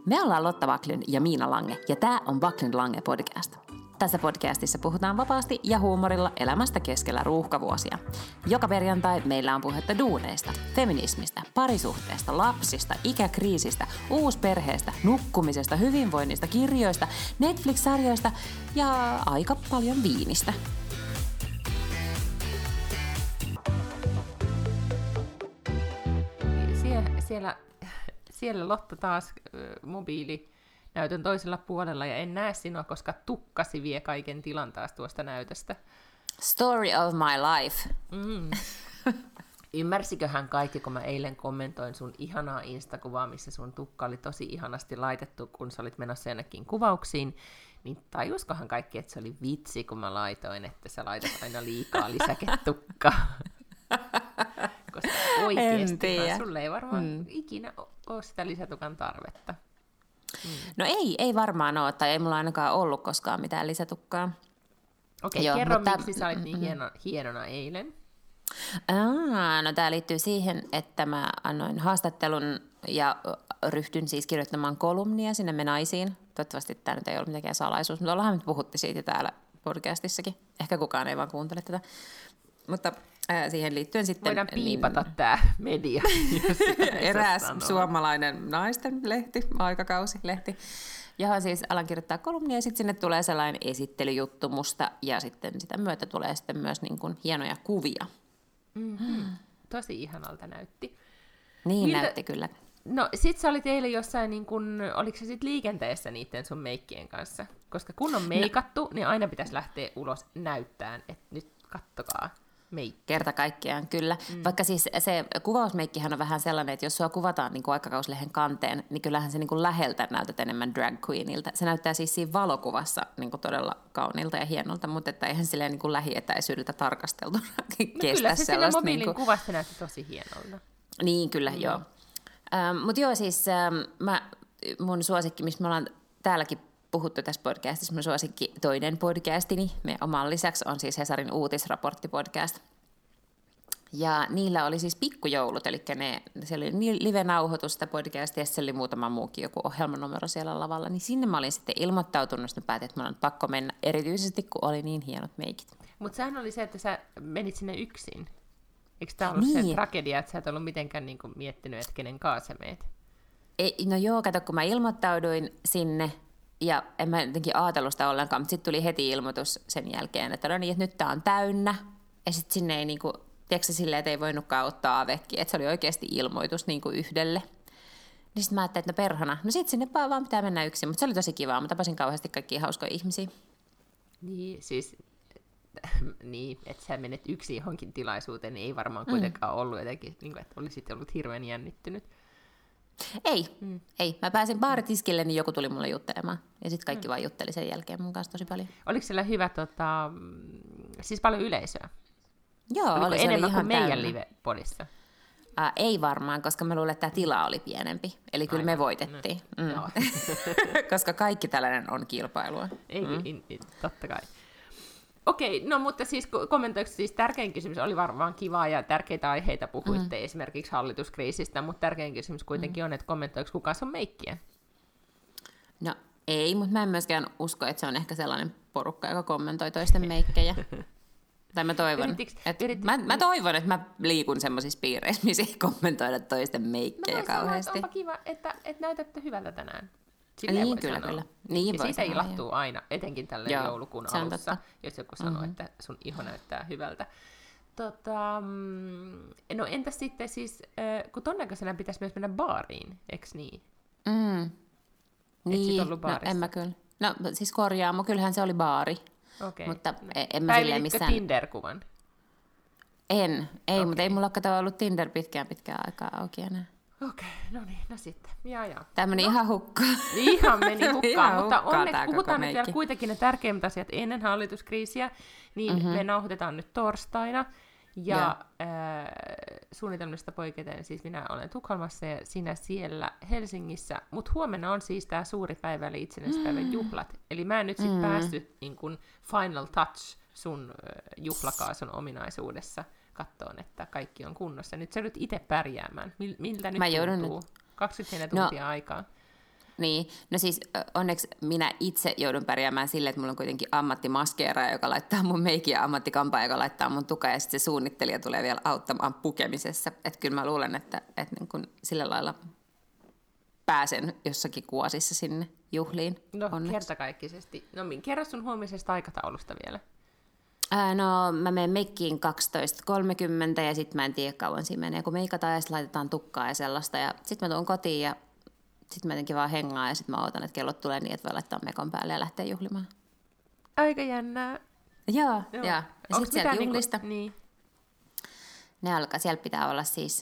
Me ollaan Lotta Backlund ja Miina Lange, ja tää on Backlund Lange podcast. Tässä podcastissa puhutaan vapaasti ja huumorilla elämästä keskellä ruuhkavuosia. Joka perjantai meillä on puhetta duuneista, feminismistä, parisuhteesta, lapsista, ikäkriisistä, uusperheestä, nukkumisesta, hyvinvoinnista, kirjoista, Netflix-sarjoista ja aika paljon viinistä. Siellä Lotta taas mobiilinäytön toisella puolella ja en näe sinua, koska tukkasi vie kaiken tilan taas tuosta näytöstä. Story of my life. Ymmärsiköhän kaikki, kun mä eilen kommentoin sun ihanaa Insta-kuvaa, missä sun tukka oli tosi ihanasti laitettu, kun sä olit menossa jonnekin kuvauksiin, niin tajuskohan kaikki, että se oli vitsi, kun mä laitoin, että sä laitat aina liikaa lisäketukkaa. Koska oikeasti sulle ei varmaan ikinä ole sitä lisätukan tarvetta. No ei varmaan ole, tai ei mulla ainakaan ollut koskaan mitään lisätukkaa. Okei, kerro miksi sä olit niin hienona eilen. No tää liittyy siihen, että mä annoin haastattelun ja ryhdyn siis kirjoittamaan kolumnia sinne Me Naisiin. Toivottavasti tämä nyt ei ollut mitenkään salaisuus, mutta ollaanhan nyt puhutti siitä täällä podcastissakin. Ehkä kukaan ei vaan kuuntele tätä. Mutta siihen liittyen sitten... Voidaan piipata tämä media. Eräs suomalainen naisten lehti, aikakausilehti, johon siis alan kirjoittaa kolumnia, ja sitten sinne tulee sellainen esittelyjuttu musta, ja sitten sitä myötä tulee sitten myös niin kuin hienoja kuvia. Tosi ihanalta näytti. Niin näytti kyllä. No sit sä olit eilen jossain, niin kun, oliko se sit liikenteessä niiden sun meikkien kanssa? Koska kun on meikattu, niin aina pitäisi lähteä ulos näyttämään, että nyt kattokaa. Meikki. Kerta kaikkiaan, kyllä. Vaikka siis se kuvausmeikkihän on vähän sellainen, että jos sua kuvataan niin kuin aikakauslehen kanteen, niin kyllähän se niin kuin läheltä näytät enemmän drag queenilta. Se näyttää siis siinä valokuvassa niin kuin todella kauniilta ja hienolta, mutta että eihän silleen niin kuin lähietäisyydeltä tarkasteltuna kestä kyllä se siinä mobiilin niin kuin... kuvasta näytti tosi hienolta. Niin, kyllä, joo. Mutta joo, siis mun suosikki, mistä me ollaan täälläkin puhuttu tässä podcastissa, mun suosikki toinen podcastini, meidän oman lisäksi on siis Hesarin uutisraporttipodcast. Ja niillä oli siis pikkujoulut, eli se oli live-nauhoitus sitä podcastia, ja se oli muutama muukin joku ohjelmanumero siellä lavalla, niin sinne mä olin sitten ilmoittautunut, ja päätin, että mun on pakko mennä, erityisesti kun oli niin hienot meikit. Mutta sehän oli se, että sä menit sinne yksin. Eikö tämä ollut se tragedia, että sä et ollut mitenkään niinku miettinyt, että kenen kanssa sä meet? No joo, kato, kun mä ilmoittauduin sinne, ja en mä jotenkin ajatellut sitä ollenkaan, mutta sitten tuli heti ilmoitus sen jälkeen, että no niin, että nyt tää on täynnä. Ja sitten sinne ei niinku, tiedätkö silleen, että ei voinutkaan ottaa avekki, että se oli oikeasti ilmoitus niinku yhdelle. Niin sitten mä ajattelin, että no perhana, no sitten sinne vaan pitää mennä yksin, mutta se oli tosi kivaa, mä tapasin kauheasti kaikkia hauskoja ihmisiä. Niin, siis, niin, että sä menet yksin johonkin tilaisuuteen, niin ei varmaan kuitenkaan ollut jotenkin, niin kuin, että olisit ollut hirveän jännittynyt. Ei. Mä pääsin baaritiskille, niin joku tuli mulle juttelemaan. Ja sitten kaikki vaan jutteli sen jälkeen mun kanssa tosi paljon. Oliko siellä hyvä, siis paljon yleisöä? Joo, oli enemmän ihan kuin meidän täynnä. live-podissa? Ei varmaan, koska mä luulen, että tämä tila oli pienempi. Eli kyllä me voitettiin. Koska kaikki tällainen on kilpailua. Totta kai. Okei, no mutta siis kommentoiko siis tärkein kysymys, oli varmaan kivaa ja tärkeitä aiheita puhuitte esimerkiksi hallituskriisistä, mutta tärkein kysymys kuitenkin on, että kommentoiko kukaan sun meikkiä? No ei, mutta mä en myöskään usko, että se on ehkä sellainen porukka, joka kommentoi toisten meikkejä. Tai mä toivon, mä toivon, että mä liikun semmoisissa piireissä, missä ei kommentoida toisten meikkejä kauheasti. Onpa kiva, että näytätte hyvältä tänään. Niin, kyllä. Niin ja siitä ilahtuu aina, etenkin tällä joulukuun alussa, jos joku sanoo, että sun iho näyttää hyvältä. No entäs sitten siis, kun tonnäköisenä pitäisi myös mennä baariin, eikö niin? Niin, no en mä kyllä. No siis korjaamo, kyllähän se oli baari. Okei. Mutta en mä silleen missään... Tinder-kuvan? Ei, mutta ei mulla kato ollut Tinder pitkään aikaa auki enää. Okei, no niin, no sitten. Jaa. Tämä meni ihan hukkaan. Ihan meni hukkaan, mutta onneksi puhutaan nyt vielä kuitenkin ne tärkeimmät asiat ennen hallituskriisiä, niin me nauhoitetaan nyt torstaina, ja suunnitelmista poiketen, siis minä olen Tukholmassa ja sinä siellä Helsingissä, mutta huomenna on siis tämä suuri päivä, eli itsenäispäivän juhlat, eli mä en nyt sitten päässyt niin kun final touch sun juhlakaasun ominaisuudessa kattoon, että kaikki on kunnossa. Nyt sä joudut itse pärjäämään. Miltä nyt tuntuu? 24 tuntia aikaa. Niin, no siis onneksi minä itse joudun pärjäämään silleen, että mulla on kuitenkin ammattimaskeera, joka laittaa mun meikin ja ammattikampaa, joka laittaa mun tukea, ja sitten se suunnittelija tulee vielä auttamaan pukemisessa. Että kyllä mä luulen, että niin kun sillä lailla pääsen jossakin kuosissa sinne juhliin. No kertakaikkisesti. No kerro sun huomisesta aikataulusta vielä. No mä menen meikkiin 12.30 ja sitten mä en tiedä kauan siinä menee, kun meikataan ja sitten laitetaan tukkaa ja sellaista. Ja sitten mä tuun kotiin ja sitten mä jotenkin vaan hengaan ja sitten mä ootan, että kellot tulee niin, että voi laittaa mekon päälle ja lähteä juhlimaan. Aika jännää. Joo. Ja sitten sieltä juhlista. Niin. Ne alkaa, siellä pitää olla siis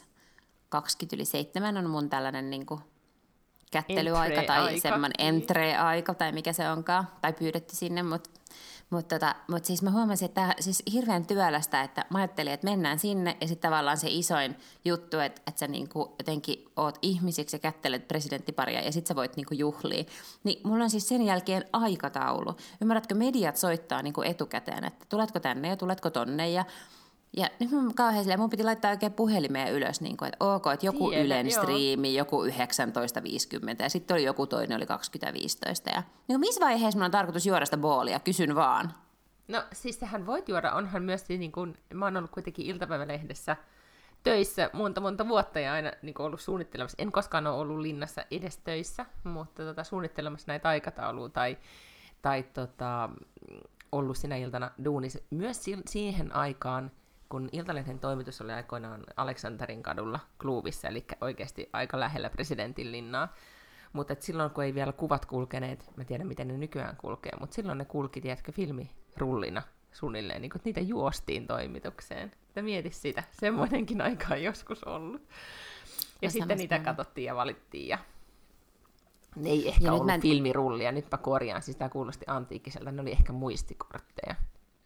6:20 on mun tällainen niinku kättelyaika tai semmoinen entree-aika tai mikä se onkaan, tai pyydetty sinne, mutta siis mä huomasin, että tämä siis hirveän työlästä, että mä ajattelin, että mennään sinne ja sitten tavallaan se isoin juttu, että sä niinku jotenkin oot ihmisiksi ja kättelet presidenttiparia ja sitten sä voit niinku juhlia. Niin mulla on siis sen jälkeen aikataulu. Ymmärrätkö, mediat soittaa niinku etukäteen, että tuletko tänne ja tuletko tonne ja nyt kauhean silleen, mun piti laittaa oikein puhelimeen ylös, niin kuin, että ok, että joku Ylen striimi, joku 19.50 ja sitten oli joku toinen, oli 20.15. Ja niin missä vaiheessa mun on tarkoitus juoda sitä boolia? Kysyn vaan. No siis sähän voit juoda, onhan myös, niin kuin, mä oon ollut kuitenkin iltapäivälehdessä töissä monta vuotta ja aina niin kuin ollut suunnittelemassa, en koskaan ole ollut linnassa edes töissä, mutta suunnittelemassa näitä aikatauluja tai ollut sinä iltana duunissa myös siihen aikaan, kun Iltalehden toimitus oli aikoinaan Aleksanterin kadulla Kluuvissa, eli oikeasti aika lähellä presidentin linnaa. Mutta silloin, kun ei vielä kuvat kulkeneet, mä tiedän, miten ne nykyään kulkee, mutta silloin ne kulki, tiedätkö, filmirullina suunnilleen, niin kun niitä juostiin toimitukseen. Mieti sitä, semmoinenkin aika on joskus ollut. Ja sitten niitä katsottiin ja valittiin, ja ne ei ehkä ollut filmirullia, nyt mä korjaan, siis tämä kuulosti antiikkiselta, ne oli ehkä muistikortteja.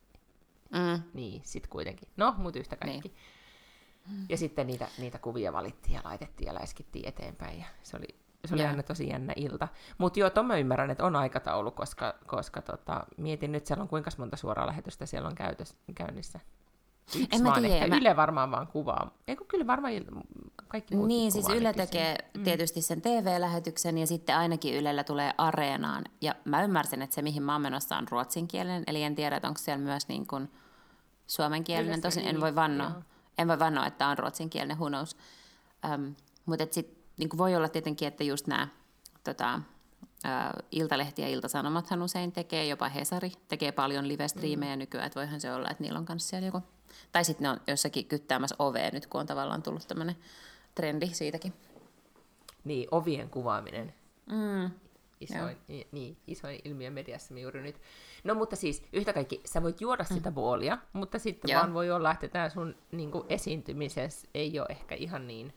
Niin, sit kuitenkin. No, mut yhtä kaikki. Niin. Ja sitten niitä kuvia valittiin ja laitettiin ja läiskittiin eteenpäin. Ja se oli aina tosi jännä ilta. Mutta joo, mä ymmärrän, että on aikataulu, koska mietin nyt, siellä on kuinka monta suoraa lähetystä siellä on käynnissä. Yksi vaan ehkä. Yle varmaan vaan kuvaa. Eikö kyllä varmaan kaikki muut niin, siis Yle tekee tietysti sen TV-lähetyksen ja sitten ainakin Ylellä tulee Areenaan. Ja mä ymmärsin, että se mihin mä oon menossa on ruotsinkielinen, eli en tiedä, että onko siellä myös niin kuin suomenkielinen. Tosin en voi vannoa, että on ruotsinkielinen, who knows. Mutta sitten niin voi olla tietenkin, että just nämä Iltalehti ja Ilta-Sanomathan usein tekee, jopa Hesari tekee paljon live-striimejä nykyään, että voihan se olla, että niillä on kanssa siellä joku. Tai sitten ne on jossakin kyttäämässä ovea nyt, kun on tavallaan tullut tämmöinen trendi siitäkin. Niin, ovien kuvaaminen. Isoin ilmiö mediassa juuri nyt. No mutta siis yhtä kaikki, sä voit juoda sitä boolia, mutta sitten vaan voi olla, että tämä sun niinku esiintymisessä ei ole ehkä ihan niin...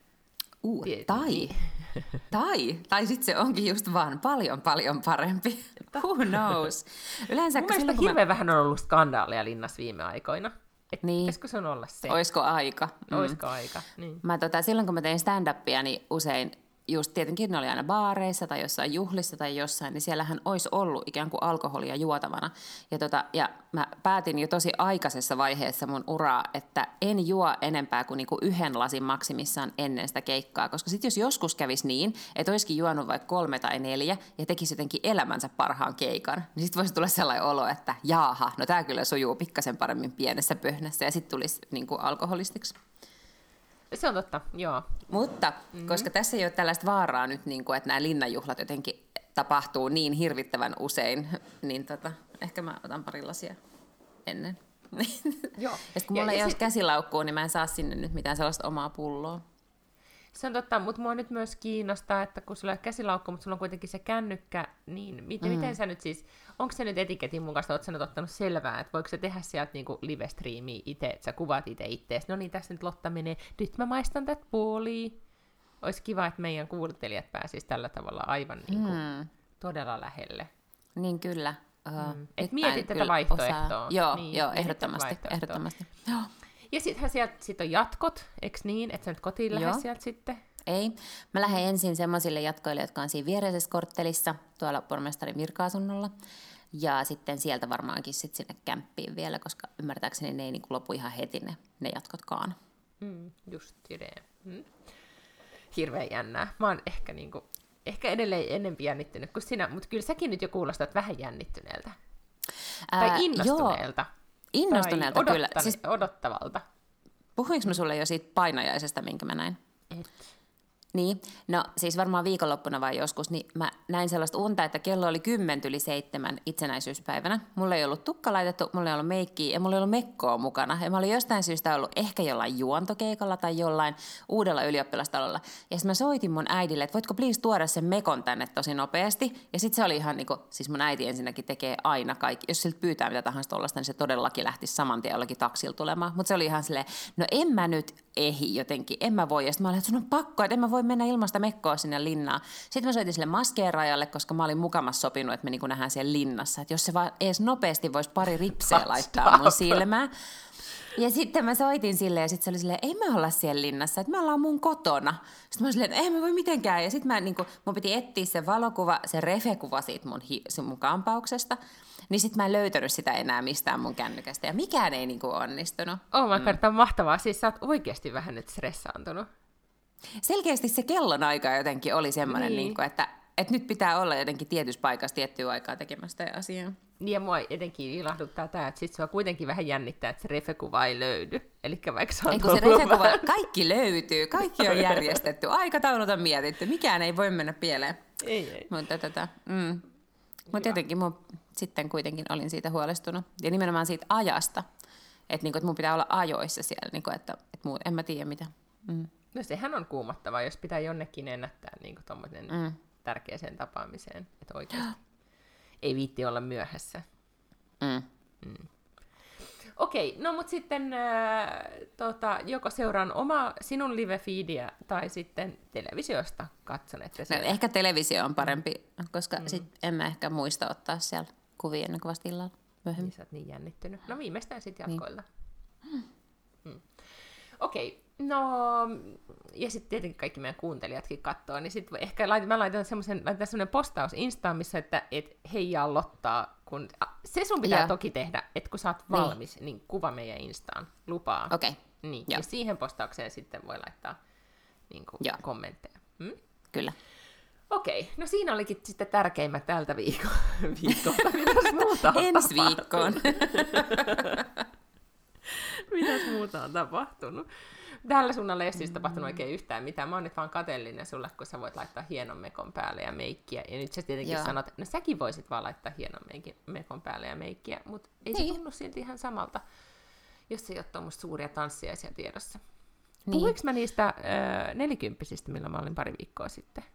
Tai sitten se onkin just vaan paljon parempi. Who knows? Yleensä, mun mielestä hirveän vähän on ollut skandaaleja linnassa viime aikoina. Niin. Pitäisikö se olla se? Oisko aika? Oisko aika, niin. Silloin kun mä tein stand-upia, niin usein just tietenkin ne oli aina baareissa tai jossain juhlissa tai jossain, niin siellähän olisi ollut ikään kuin alkoholia juotavana. Ja mä päätin jo tosi aikaisessa vaiheessa mun uraa, että en juo enempää kuin niinku 1 lasin maksimissaan ennen sitä keikkaa. Koska sitten jos joskus kävisi niin, että olisikin juonut vaikka 3 tai 4 ja tekisi jotenkin elämänsä parhaan keikan, niin sitten voisi tulla sellainen olo, että jaaha, no tää kyllä sujuu pikkasen paremmin pienessä pöhnässä ja sitten tulisi niinku alkoholistiksi. Se on totta, joo. Mutta koska tässä ei ole tällaista vaaraa nyt, niin kuin, että nämä linnanjuhlat jotenkin tapahtuu niin hirvittävän usein, niin ehkä mä otan pari lasia ennen. Joo. Ja kun mulla ei ole käsilaukkua, niin mä en saa sinne nyt mitään sellaista omaa pulloa. Se on totta, mutta mua nyt myös kiinnostaa, että kun sulla ei ole käsilaukku, mutta sulla on kuitenkin se kännykkä, niin miten sä nyt siis, onko se nyt etiketin mukaista, ootko sä nyt ottanut selvää, että voiko se tehdä sieltä niinku live-striimiä itse, että sä kuvaat itseäsi, no niin, tässä nyt Lotta menee, nyt mä maistan tätä puolia. Olisi kiva, että meidän kuuntelijat pääsisivät tällä tavalla aivan niinku todella lähelle. Niin kyllä. Et mietit tätä vaihtoehtoa. Joo, ehdottomasti. Joo. Ja sittenhän sieltä on jatkot, eikö niin, että sä nyt kotiin lähde sieltä sitten? Ei. Mä lähden ensin semmoisille jatkoille, jotka on siinä viereisessä korttelissa, tuolla pormestarin virka-asunnolla. Ja sitten sieltä varmaankin sit sinne kämppiin vielä, koska ymmärtääkseni ne ei niinku lopu ihan heti ne jatkotkaan. Just idea. Hirveän jännää. Mä oon ehkä niinku ehkä edelleen enemmän jännittynyt kuin sinä, mutta kyllä säkin nyt jo kuulostat vähän jännittyneeltä. Tai innostuneelta. Innostuneelta tai kyllä. Siis odottavalta. Puhuinko mä sulle jo siitä painajaisesta, minkä mä näin? Niin, no siis varmaan viikonloppuna vai joskus, niin mä näin sellaista unta, että kello oli 6:50 itsenäisyyspäivänä. Mulla ei ollut tukka laitettu, mulla ei ollut meikkiä ja mulla ei ollut mekkoa mukana. Ja mä olin jostain syystä ollut ehkä jollain juontokeikalla tai jollain uudella ylioppilastalolla. Ja sitten mä soitin mun äidille, että voitko please tuoda sen mekon tänne tosi nopeasti. Ja sitten se oli ihan niinku, siis mun äiti ensinnäkin tekee aina kaikki. Jos siltä pyytää mitä tahansa tollasta, niin se todellakin lähti saman tien jollakin taksilla tulemaan. Mutta se oli ihan silleen, no en mä nyt ehi jotenkin, en mä voi. Ja sitten mä olin, että sun on pakko, että en mä voi mennä ilmasta mekkoa sinne linnaan. Sitten mä soitin sille maskeeraajalle, koska mä olin mukamassa sopinut, että me niin nähdään siellä linnassa. Että jos se vaan edes nopeasti voisi pari ripseä laittaa mun silmään. Ja sitten mä soitin sille ja sitten se oli silleen, ei me olla siellä linnassa, että me ollaan mun kotona. Sitten mä olin silleen, että ei mä voi mitenkään. Ja sitten mun piti etsiä se valokuva, se refekuva siitä mun kampauksesta. Niin sitten mä en löytänyt sitä enää mistään mun kännykästä. Ja mikään ei onnistunut. Oh my god, tämä on mahtavaa. Siis sä oot oikeasti vähän nyt stressaantunut. Selkeästi se kellonaika jotenkin oli semmoinen, niin. Että nyt pitää olla jotenkin tietyssä paikassa tiettyä aikaa tekemästä asiaa. Niin ja mua etenkin ilahduttaa tämä, että sit sua kuitenkin vähän jännittää, että se refekuva ei löydy. Elikkä vaikka se on se refekuva, kaikki löytyy, kaikki on järjestetty, aikataulut on mietitty, mikään ei voi mennä pieleen. Ei. Mutta jotenkin sitten kuitenkin olin siitä huolestunut. Ja nimenomaan siitä ajasta, että mun pitää olla ajoissa siellä, että en mä tiedä mitä. No sehän on kuumottavaa, jos pitää jonnekin ennättää tuommoisen tärkeäseen tapaamiseen, että oikeasti ei viitti olla myöhässä. Okei, no mutta sitten joko seuraan sinun live-feediä tai sitten televisiosta katson, että se... No, ehkä televisio on parempi, koska sit en mä ehkä muista ottaa siellä kuvia ennen kuin vasta illalla myöhemmin. Niin sä oot niin jännittynyt. No viimeistään sitten jatkoilla. Okei, no ja sitten tietenkin kaikki meidän kuuntelijatkin katsoo, niin sitten ehkä mä laitan semmoinen postaus Instaan, missä, että heijaa Lottaa, kun se sun pitää toki tehdä, että kun sä oot valmis, niin kuva meidän Instaan, lupaa. Okei. Niin, ja siihen postaukseen sitten voi laittaa kommentteja. Kyllä. Okei, no siinä olikin sitten tärkeimmät tältä viikolta. Mitäs muuta on ensi viikkoon. Mitäs muuta on tapahtunut? Tällä suunnalla ei ole siis tapahtunut oikein yhtään mitään. Mä oon nyt vaan kateellinen sulle, kun sä voit laittaa hienon mekon päälle ja meikkiä. Ja nyt sä tietenkin sanot, että no säkin voisit vaan laittaa hienon mekon päälle ja meikkiä, mutta ei se tunnu silti ihan samalta, jos ei ole tuommoista suuria tanssiaisia tiedossa. Niin. Puhuinko mä niistä 40-sistä, millä mä olin pari viikkoa sitten?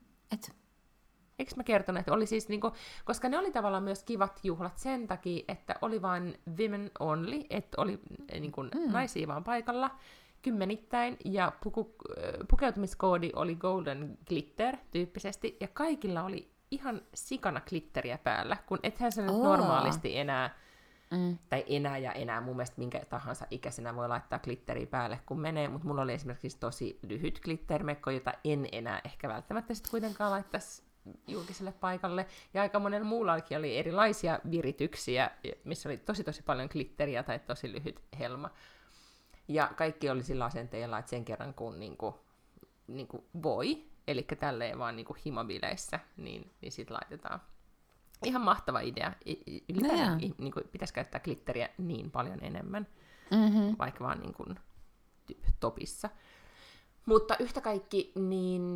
Eikö mä kertonut, että oli siis, koska ne oli tavallaan myös kivat juhlat sen takia, että oli vain women only, että oli naisia vaan paikalla kymmenittäin, ja pukeutumiskoodi oli golden glitter tyyppisesti, ja kaikilla oli ihan sikana glitteriä päällä, kun ethän sä nyt normaalisti enää, tai enää mun mielestä minkä tahansa ikäisenä voi laittaa glitteriä päälle, kun menee, mutta mulla oli esimerkiksi tosi lyhyt glittermekko, jota en enää ehkä välttämättä sitten kuitenkaan laittaisi julkiselle paikalle, ja aika monella muullakin oli erilaisia virityksiä, missä oli tosi paljon glitteriä tai tosi lyhyt helma. Ja kaikki oli sillä asenteella, että sen kerran kun voi, eli tälleen vaan himobileissä, niin sit laitetaan. Ihan mahtava idea. Ylipäätään pitäisi käyttää glitteriä niin paljon enemmän, vaikka vaan topissa. Mutta yhtä kaikki, niin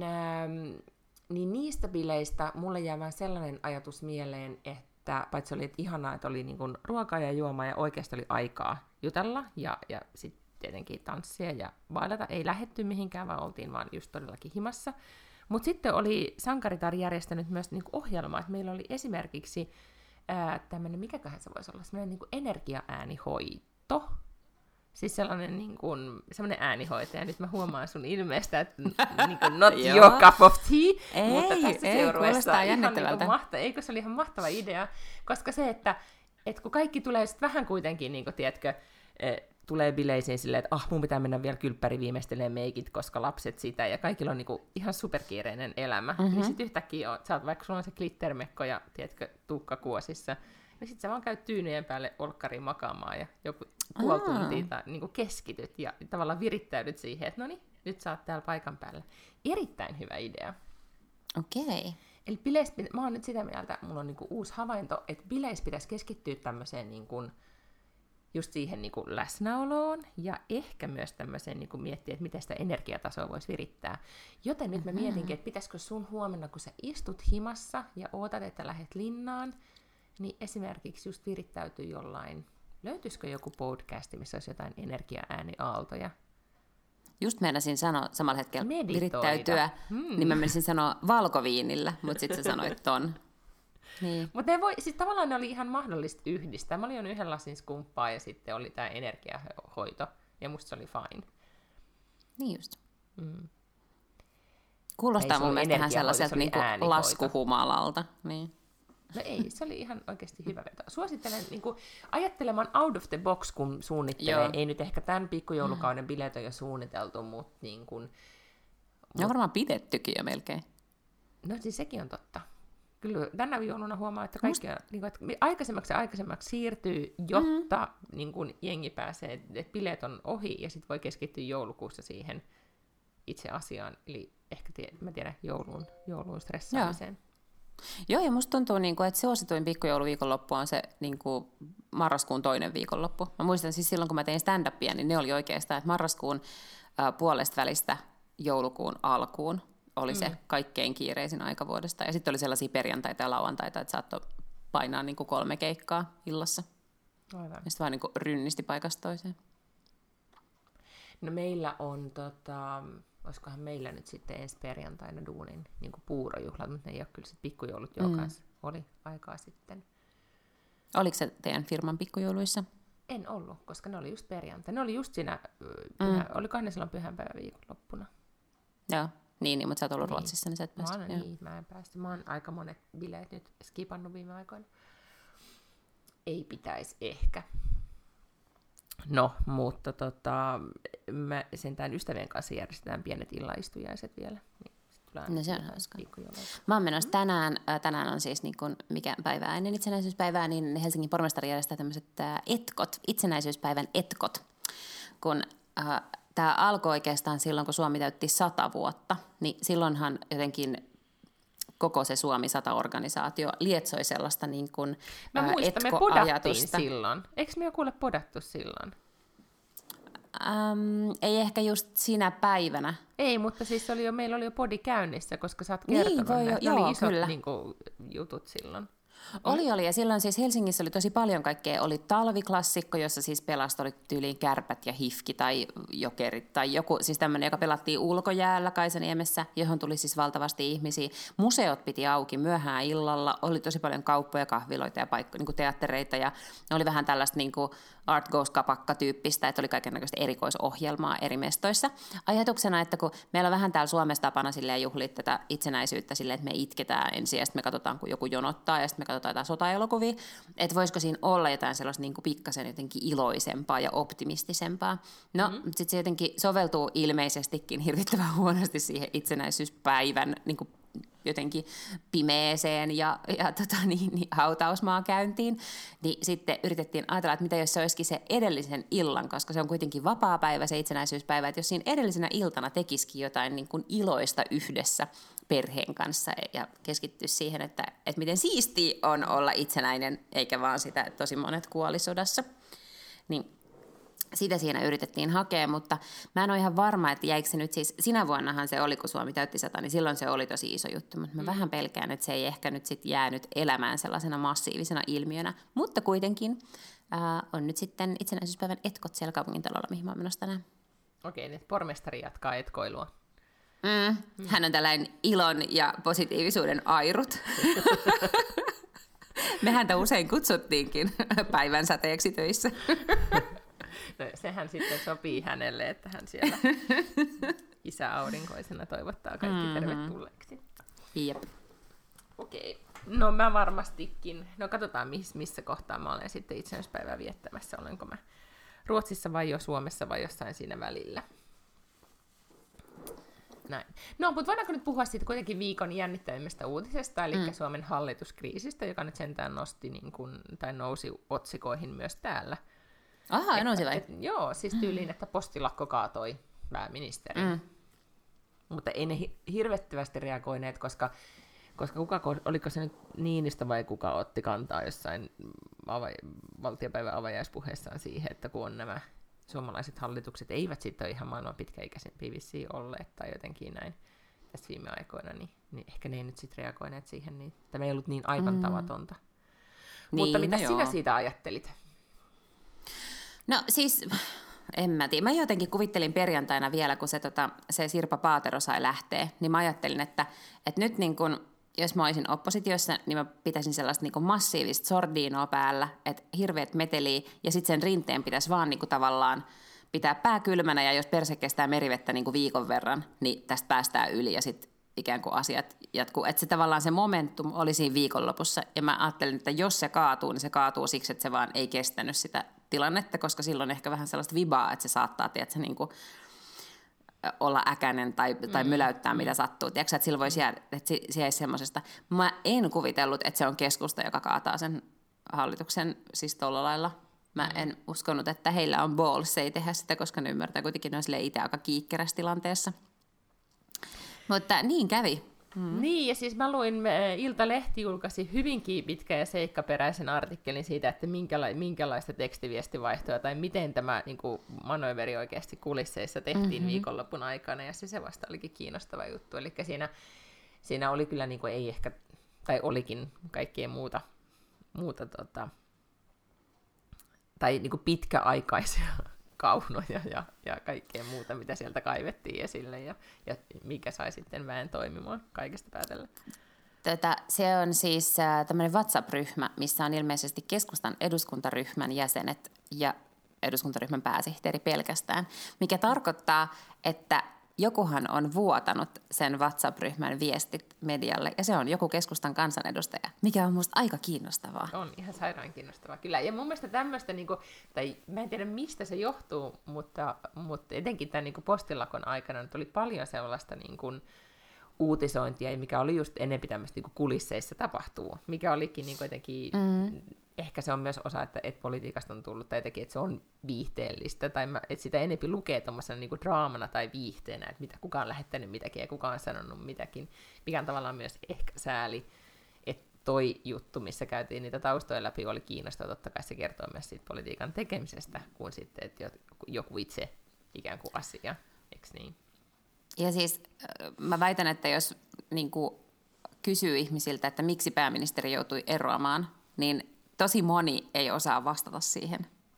niistä bileistä mulle jää vähän sellainen ajatus mieleen, että paitsi oli ihanaa, että oli ruokaa ja juomaa ja oikeasti oli aikaa jutella ja sitten tietenkin tanssia ja bailata. Ei lähdetty mihinkään, vaan oltiin vaan just todellakin himassa. Mutta sitten oli Sankaritar järjestänyt myös ohjelma, että meillä oli esimerkiksi tämmöinen, mikäköhän se voisi olla, semmoinen energia-äänihoito. Siis sellainen semmoinen äänihoito, ja nyt mä huomaan sun ilmeestä, että not your cup of tea, mutta tässä seurueessa ihan eikö se oli ihan mahtava idea, koska se, että kun kaikki tulee sitten vähän kuitenkin, tiedätkö, tulee bileisiin silleen, että mun pitää mennä vielä kylppäri viimeistelemään meikit, koska lapset sitä, ja kaikilla on ihan superkiireinen elämä, niin sitten yhtäkkiä sä oot, vaikka sulla on se glittermekko ja, tiedätkö, tukka kuosissa, niin sitten sä vaan käyt tyynyjen päälle olkkariin makaamaan ja joku puoli tuntia keskityt ja tavallaan virittäydyt siihen, että no niin, nyt sä oot täällä paikan päällä. Erittäin hyvä idea. Okei. Eli mä oon nyt sitä mieltä, mulla on niinku uusi havainto, että bileissä pitäisi keskittyä tämmöiseen niinku, just siihen niinku läsnäoloon ja ehkä myös tämmöiseen niinku miettiä, että miten sitä energiatasoa voisi virittää. Joten nyt mä mietinkin, että pitäisikö sun huomenna, kun sä istut himassa ja ootat, että lähdet linnaan, niin esimerkiksi just virittäytyy jollain. Löytyisikö joku podcasti, missä olisi jotain energia-ääniaaltoja? Just meinasin sanoa samalla hetkellä virittäytyä, niin mä menisin sanoa valkoviinillä, mutta sitten sä sanoit ton. Niin. Mutta siis tavallaan ne oli ihan mahdollista yhdistää. Mä olin yhden lasin skumppaa ja sitten oli tämä energiahoito, ja musta se oli fine. Niin just. Kuulostaa mun mielestä vähän sellaiselta niinku laskuhumalalta. Niin. No ei, se oli ihan oikeasti hyvä veto. Suosittelen ajattelemaan out of the box, kun suunnittelee. Joo. Ei nyt ehkä tämän pikkujoulukauden bileet on jo suunniteltu, mutta ne on varmaan pidettykin jo melkein. No siis sekin on totta. Kyllä tänä jouluna huomaa, että kaikkia että aikaisemmaksi siirtyy, jotta jengi pääsee, että bileet on ohi ja sitten voi keskittyä joulukuussa siihen itse asiaan. Eli ehkä mä tiedän jouluun stressaamiseen. Joo, ja musta tuntuu, että suosituin pikkujouluviikonloppu on se marraskuun toinen viikonloppu. Mä muistan siis silloin, kun mä tein stand-upia, niin ne oli oikeastaan, että marraskuun puolesta välistä joulukuun alkuun oli se kaikkein kiireisin aika vuodesta. Ja sitten oli sellaisia perjantaita ja lauantaita, että saattoi painaa 3 keikkaa illassa. Aivan. Ja sitten vaan rynnisti paikasta toiseen. No meillä on, olisikohan meillä nyt sitten ensi perjantaina duunin puurojuhlat, mutta ne ei ole kyllä sitten pikkujoulut, joka oli aikaa sitten. Oliko se teidän firman pikkujouluissa? En ollut, koska ne oli just perjantai. Ne oli just siinä, olikohan ne silloin pyhänpäivän viikonloppuna. Joo, niin, mutta sä oot ollut Ruotsissa, niin sä et päästä. Mä en päästä. Mä oon aika monet bileet nyt skipannut viime aikoina. Ei pitäisi ehkä. No, mutta me sentään ystävien kanssa järjestetään pienet illaistujaiset vielä. No se on hauska. Mä oon menossa tänään on siis mikä päivä ennen itsenäisyyspäivää, niin Helsingin pormestari järjestää tämmöiset itsenäisyyspäivän etkot, kun tämä alkoi oikeastaan silloin, kun Suomi täytti 100 vuotta, niin silloinhan jotenkin koko se Suomi 100-organisaatio lietsoi sellaista mä muistan, me podattiin silloin. Eikö me jo kuule podattu silloin? Ei ehkä just sinä päivänä. Ei, mutta siis meillä oli jo podi käynnissä, koska sä oot kertonut ne oli isot jutut silloin. Oli, ja silloin siis Helsingissä oli tosi paljon kaikkea. Oli talviklassikko, jossa siis pelasi, oli tyyliin Kärpät ja Hifki tai Jokerit tai joku, siis tämmöinen, joka pelattiin ulkojäällä Kaisaniemessä, johon tuli siis valtavasti ihmisiä. Museot piti auki myöhään illalla, oli tosi paljon kauppoja, kahviloita ja teattereita, ja oli vähän tällaista Art Goes Kapakka-tyyppistä, että oli kaikennäköistä erikoisohjelmaa eri mestoissa. Ajatuksena, että kun meillä on vähän täällä Suomessa tapana juhlia tätä itsenäisyyttä silleen, että me itketään ensin ja sitten me katsotaan, kun joku jonottaa ja sitten me katsotaan jotain sotaelokuvia, että voisiko siinä olla jotain sellaista pikkasen jotenkin iloisempaa ja optimistisempaa. No, sitten se jotenkin soveltuu ilmeisestikin hirvittävän huonosti siihen itsenäisyyspäivän jotenkin pimeeseen ja hautausmaakäyntiin, niin sitten yritettiin ajatella, että mitä jos se olisikin se edellisen illan, koska se on kuitenkin vapaapäivä, se itsenäisyyspäivä, että jos siinä edellisenä iltana tekisikin jotain iloista yhdessä perheen kanssa ja keskittyisi siihen, että miten siistiä on olla itsenäinen, eikä vaan sitä, että tosi monet kuoli sodassa, niin sitä siinä yritettiin hakea, mutta mä en ole ihan varma, että jäikö se nyt siis, sinä vuonnahan se oli, kun Suomi täytti 100, niin silloin se oli tosi iso juttu, mutta mä vähän pelkään, että se ei ehkä nyt sitten jäänyt elämään sellaisena massiivisena ilmiönä, mutta kuitenkin on nyt sitten itsenäisyyspäivän etkot siellä kaupungintalolla, mihin mä oon menossa tänään. Okei, nyt pormestari jatkaa etkoilua. Hän on tällainen ilon ja positiivisuuden airut. Me häntä usein kutsuttiinkin päivän sateeksi töissä. No, sehän sitten sopii hänelle, että hän siellä isäaurinkoisena toivottaa kaikki tervetulleeksi. Jep. Okei. No mä varmastikin. No katsotaan, missä kohtaa mä olen sitten itsenäisyyspäivää viettämässä. Olenko mä Ruotsissa vai jo Suomessa vai jossain siinä välillä. Näin. No, mutta voidaanko nyt puhua siitä kuitenkin viikon jännittävimmästä uutisesta, eli Suomen hallituskriisistä, joka nyt sentään nousi otsikoihin myös täällä. Aha, nousi vai? Joo, siis tyyliin, että postilakko kaatoi pääministerin. mutta ei ne hirvettävästi reagoineet, koska oliko se nyt Niinistö vai kuka otti kantaa jossain valtiopäivän avajaispuheessaan siihen, että kun on nämä suomalaiset hallitukset eivät sitten ole ihan maailman pitkäikäisempiä vissiin olleet tai jotenkin näin tässä viime aikoina, niin ehkä ne ei nyt sitten reagoineet siihen, niin tämä ei ollut niin aivan tavatonta. Mutta mitä sinä siitä ajattelit? No siis, en mä tiedä. Mä jotenkin kuvittelin perjantaina vielä, kun se Sirpa Paatero sai lähteä, niin mä ajattelin, että nyt niin kun, jos mä olisin oppositiossa, niin mä pitäisin sellaista niin kun massiivista sordiinoa päällä, että hirveät meteliä, ja sitten sen rinteen pitäisi vaan niin kun tavallaan pitää pää kylmänä, ja jos perse kestää merivettä niin kun viikon verran, niin tästä päästään yli, ja sitten ikään kuin asiat jatkuu. Että se tavallaan se momentum oli siinä viikonlopussa, ja mä ajattelin, että jos se kaatuu, niin se kaatuu siksi, että se vaan ei kestänyt sitä tilannetta, koska silloin ehkä vähän sellaista vibaa, että se saattaa, tiedätkö, niin kuin olla äkäinen tai myläyttää, mitä sattuu. Tiedätkö, että sillä voisi jäädä, että se jäisi semmoisesta. Mä en kuvitellut, että se on keskusta, joka kaataa sen hallituksen siis tolla lailla. Mä en uskonut, että heillä on balls ei tehdä sitä, koska ne ymmärtää kuitenkin, ne on itse aika kiikkerässä tilanteessa. Mutta niin kävi. Niin, ja siis mä luin, Iltalehti julkaisi hyvinkin pitkän ja seikkaperäisen artikkelin siitä, että minkälaista tekstiviestivaihtoa tai miten tämä niin kuin manööveri oikeasti kulisseissa tehtiin viikonlopun aikana, ja se vasta olikin kiinnostava juttu. Eli siinä oli kyllä, niin kuin ei ehkä, tai olikin kaikkea muuta tai niin kuin pitkäaikaisia kaunoja ja kaikkea muuta, mitä sieltä kaivettiin esille, ja mikä sai sitten väen toimimaan kaikesta päätellä. Se on siis tämmöinen WhatsApp-ryhmä, missä on ilmeisesti keskustan eduskuntaryhmän jäsenet ja eduskuntaryhmän pääsihteeri pelkästään, mikä tarkoittaa, että jokuhan on vuotanut sen WhatsApp-ryhmän viestit medialle, ja se on joku keskustan kansanedustaja, mikä on musta aika kiinnostavaa. On ihan sairaan kiinnostavaa, kyllä. Ja mun mielestä tämmöistä, tai mä en tiedä mistä se johtuu, mutta etenkin tämän postilakon aikana nyt oli paljon sellaista uutisointia, mikä oli just enemmän tämmöistä kulisseissa tapahtuu, mikä olikin jotenkin, ehkä se on myös osa, että politiikasta on tullut, tai jotenkin, että se on viihteellistä, tai että sitä enemmän lukee tuommoisena draamana tai viihteenä, että mitä kuka on lähettänyt mitäkin ja kuka on sanonut mitäkin, mikä on tavallaan myös ehkä sääli, että toi juttu, missä käytiin niitä taustoja läpi, oli kiinnostava, totta kai se kertoo myös siitä politiikan tekemisestä, kuin sitten, että joku itse ikään kuin asia, eikö niin? Ja siis mä väitän, että jos niin kuin kysyy ihmisiltä, että miksi pääministeri joutui eroamaan, niin tosi moni ei osaa vastata siihen.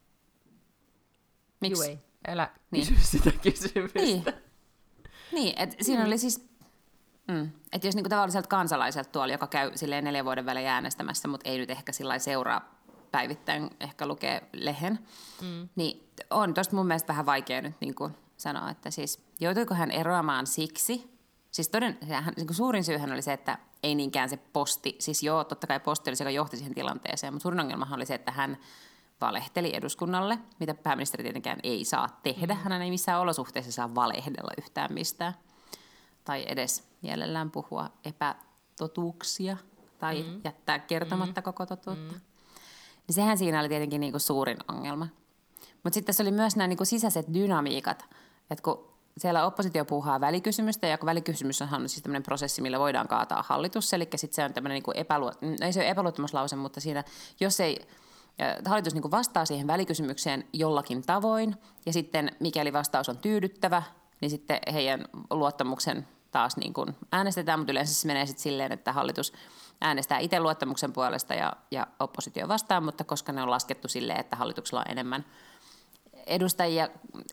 Miksi? Juu ei, älä kysy sitä kysymystä. Niin, että siinä oli siis, että jos niin kuin tavalliselta kansalaiselta tuolla, joka käy silleen 4 vuoden välein äänestämässä, mutta ei nyt ehkä sillä seuraa päivittäin, ehkä lukee lehen, niin on tosta mun mielestä vähän vaikea nyt niin kuin sanoa, että siis joutuiko hän eroamaan siksi, siis niin suurin syyhän oli se, että ei niinkään se posti, siis joo, totta kai posti oli se, joka johti siihen tilanteeseen, mutta suurin ongelmahan oli se, että hän valehteli eduskunnalle, mitä pääministeri tietenkään ei saa tehdä, hän ei missään olosuhteissa saa valehdella yhtään mistään, tai edes mielellään puhua epätotuuksia, tai jättää kertomatta koko totuutta. Niin sehän siinä oli tietenkin niin kuin suurin ongelma. Mutta sitten tässä oli myös nämä niin kuin sisäiset dynamiikat, että kun siellä oppositio puuhaa välikysymystä, ja kun välikysymys on siis tämmöinen prosessi, millä voidaan kaataa hallitus, eli sitten se on tämmöinen niin ei se ole epäluottamuslause, mutta siinä, jos ei hallitus niin kuin vastaa siihen välikysymykseen jollakin tavoin, ja sitten mikäli vastaus on tyydyttävä, niin sitten heidän luottamuksen taas niin kuin äänestetään, mutta yleensä se menee sitten silleen, että hallitus äänestää itse luottamuksen puolesta ja oppositio vastaan, mutta koska ne on laskettu silleen, että hallituksella on enemmän edustajia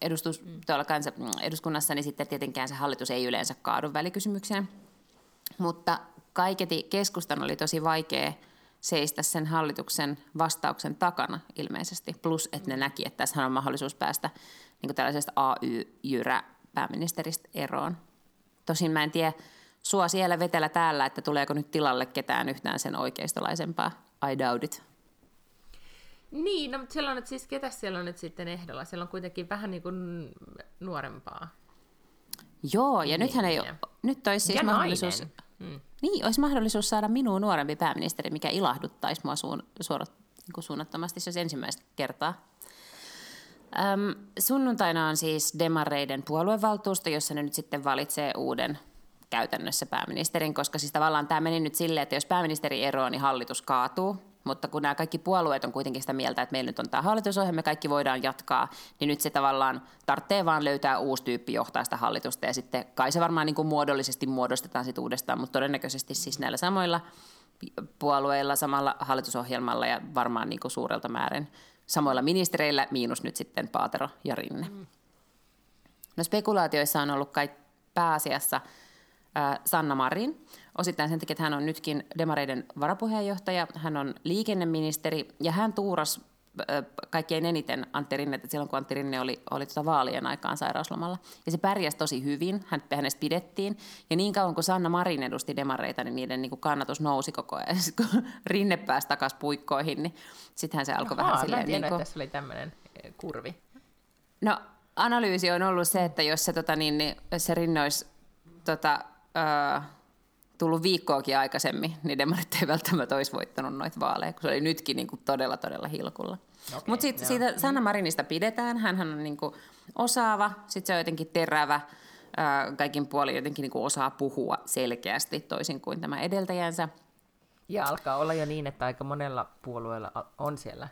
eduskunnassa, niin sitten tietenkään se hallitus ei yleensä kaadu välikysymykseen. Mutta kaiketi keskustan oli tosi vaikea seistä sen hallituksen vastauksen takana ilmeisesti. Plus, että ne näki, että tässä on mahdollisuus päästä niin tällaisesta AY-jyrä pääministeristä eroon. Tosin mä en tiedä sua siellä vetellä täällä, että tuleeko nyt tilalle ketään yhtään sen oikeistolaisempaa. I doubt it. Niin, no, mutta siellä on nyt siis, ketä siellä on nyt sitten ehdolla? Siellä on kuitenkin vähän niin kuin nuorempaa. Joo, ja nythän ei ole, nyt olisi siis mahdollisuus, niin, olisi mahdollisuus saada minua nuorempi pääministeri, mikä ilahduttaisi mua suunnattomasti, se olisi ensimmäistä kertaa. Sunnuntaina on siis demareiden puoluevaltuusto, jossa ne nyt sitten valitsee uuden käytännössä pääministerin, koska siis tavallaan tämä meni nyt silleen, että jos pääministeri eroaa, niin hallitus kaatuu. Mutta kun nämä kaikki puolueet on kuitenkin sitä mieltä, että meillä nyt on tämä hallitusohjelma, me kaikki voidaan jatkaa, niin nyt se tavallaan tarvitsee vaan löytää uusi tyyppi johtaa sitä hallitusta. Ja sitten kai se varmaan niin kuin muodollisesti muodostetaan sitten uudestaan, mutta todennäköisesti siis näillä samoilla puolueilla, samalla hallitusohjelmalla ja varmaan niin kuin suurelta määrin samoilla ministereillä, miinus nyt sitten Paatero ja Rinne. No spekulaatioissa on ollut kai pääasiassa Sanna Marin, osittain sen takia, että hän on nytkin demareiden varapuheenjohtaja, hän on liikenneministeri ja hän tuurasi kaikkein eniten Antti Rinnettä silloin, kun Antti Rinne oli vaalien aikaan sairauslomalla. Ja se pärjäsi tosi hyvin, hänestä pidettiin. Ja niin kauan kuin Sanna Marin edusti demareita, niin niiden niin kuin kannatus nousi koko ajan. Ja sitten kun Rinne pääsi takaisin puikkoihin, niin sittenhän se alkoi vähän silleen... Mä en tiedä, että tässä oli tämmöinen kurvi. No, analyysi on ollut se, että jos se Rinne olisi tullut viikkoakin aikaisemmin, niin demarit ei välttämättä olisi voittanut noita vaaleja, kun se oli nytkin niin kuin todella, todella hilkulla. Okay, mutta sitten siitä Sanna Marinista pidetään, hänhän on niin kuin osaava, sitten se on jotenkin terävä, kaikin puolin jotenkin niin kuin osaa puhua selkeästi toisin kuin tämä edeltäjänsä. Ja alkaa olla jo niin, että aika monella puolueella on siellä,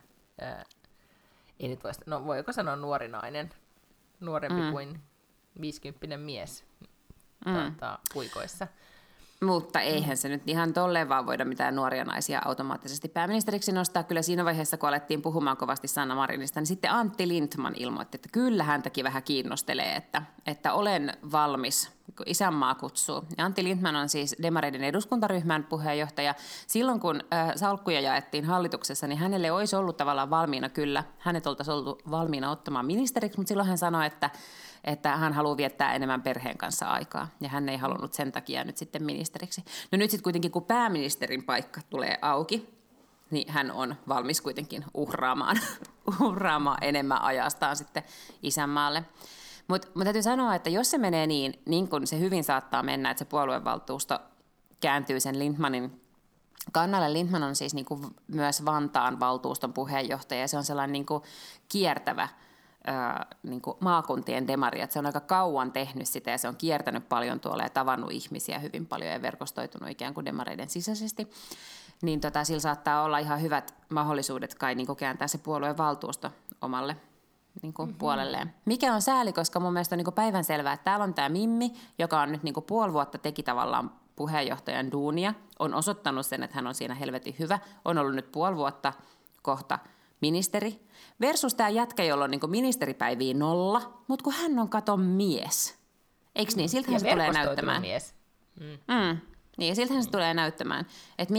ei nyt voiko sanoa nuori nainen, nuorempi kuin 50 mies puikoissa. Mutta eihän se nyt ihan tolleen vaan voida mitään nuoria naisia automaattisesti pääministeriksi nostaa. Kyllä siinä vaiheessa, kun alettiin puhumaan kovasti Sanna Marinista, niin sitten Antti Lindtman ilmoitti, että kyllä häntäkin vähän kiinnostelee, että olen valmis, kun isänmaa kutsuu. Ja Antti Lindtman on siis demareiden eduskuntaryhmän puheenjohtaja. Silloin, kun salkkuja jaettiin hallituksessa, niin hänelle olisi ollut tavallaan valmiina kyllä. Hänet oltaisiin ollut valmiina ottamaan ministeriksi, mutta silloin hän sanoi, että hän haluaa viettää enemmän perheen kanssa aikaa, ja hän ei halunnut sen takia nyt sitten ministeriksi. No nyt sitten kuitenkin, kun pääministerin paikka tulee auki, niin hän on valmis kuitenkin uhraamaan enemmän ajastaan sitten isänmaalle. Mutta täytyy sanoa, että jos se menee niin kuin se hyvin saattaa mennä, että se puoluevaltuusto kääntyy sen Lindtmanin kannalle. Lindtman on siis niin kuin myös Vantaan valtuuston puheenjohtaja, ja se on sellainen niin kuin kiertävä niin kuin maakuntien demari, että se on aika kauan tehnyt sitä ja se on kiertänyt paljon tuolla ja tavannut ihmisiä hyvin paljon ja verkostoitunut ikään kuin demareiden sisäisesti, niin sillä saattaa olla ihan hyvät mahdollisuudet kai niin kuin kääntää se puolueen valtuusto omalle niin kuin puolelleen. Mikä on sääli, koska mun mielestä on niin kuin päivänselvää, että täällä on tämä Mimmi, joka on nyt niin kuin puoli vuotta teki tavallaan puheenjohtajan duunia, on osoittanut sen, että hän on siinä helvetin hyvä, on ollut nyt puoli vuotta kohta ministeri, versus tämä jätkä, jolla on niin ministeripäiviä 0, mutta kun hän on katon mies. Eikö niin? Siltähän se tulee näyttämään. Mies. Niin, siltähän se tulee näyttämään, että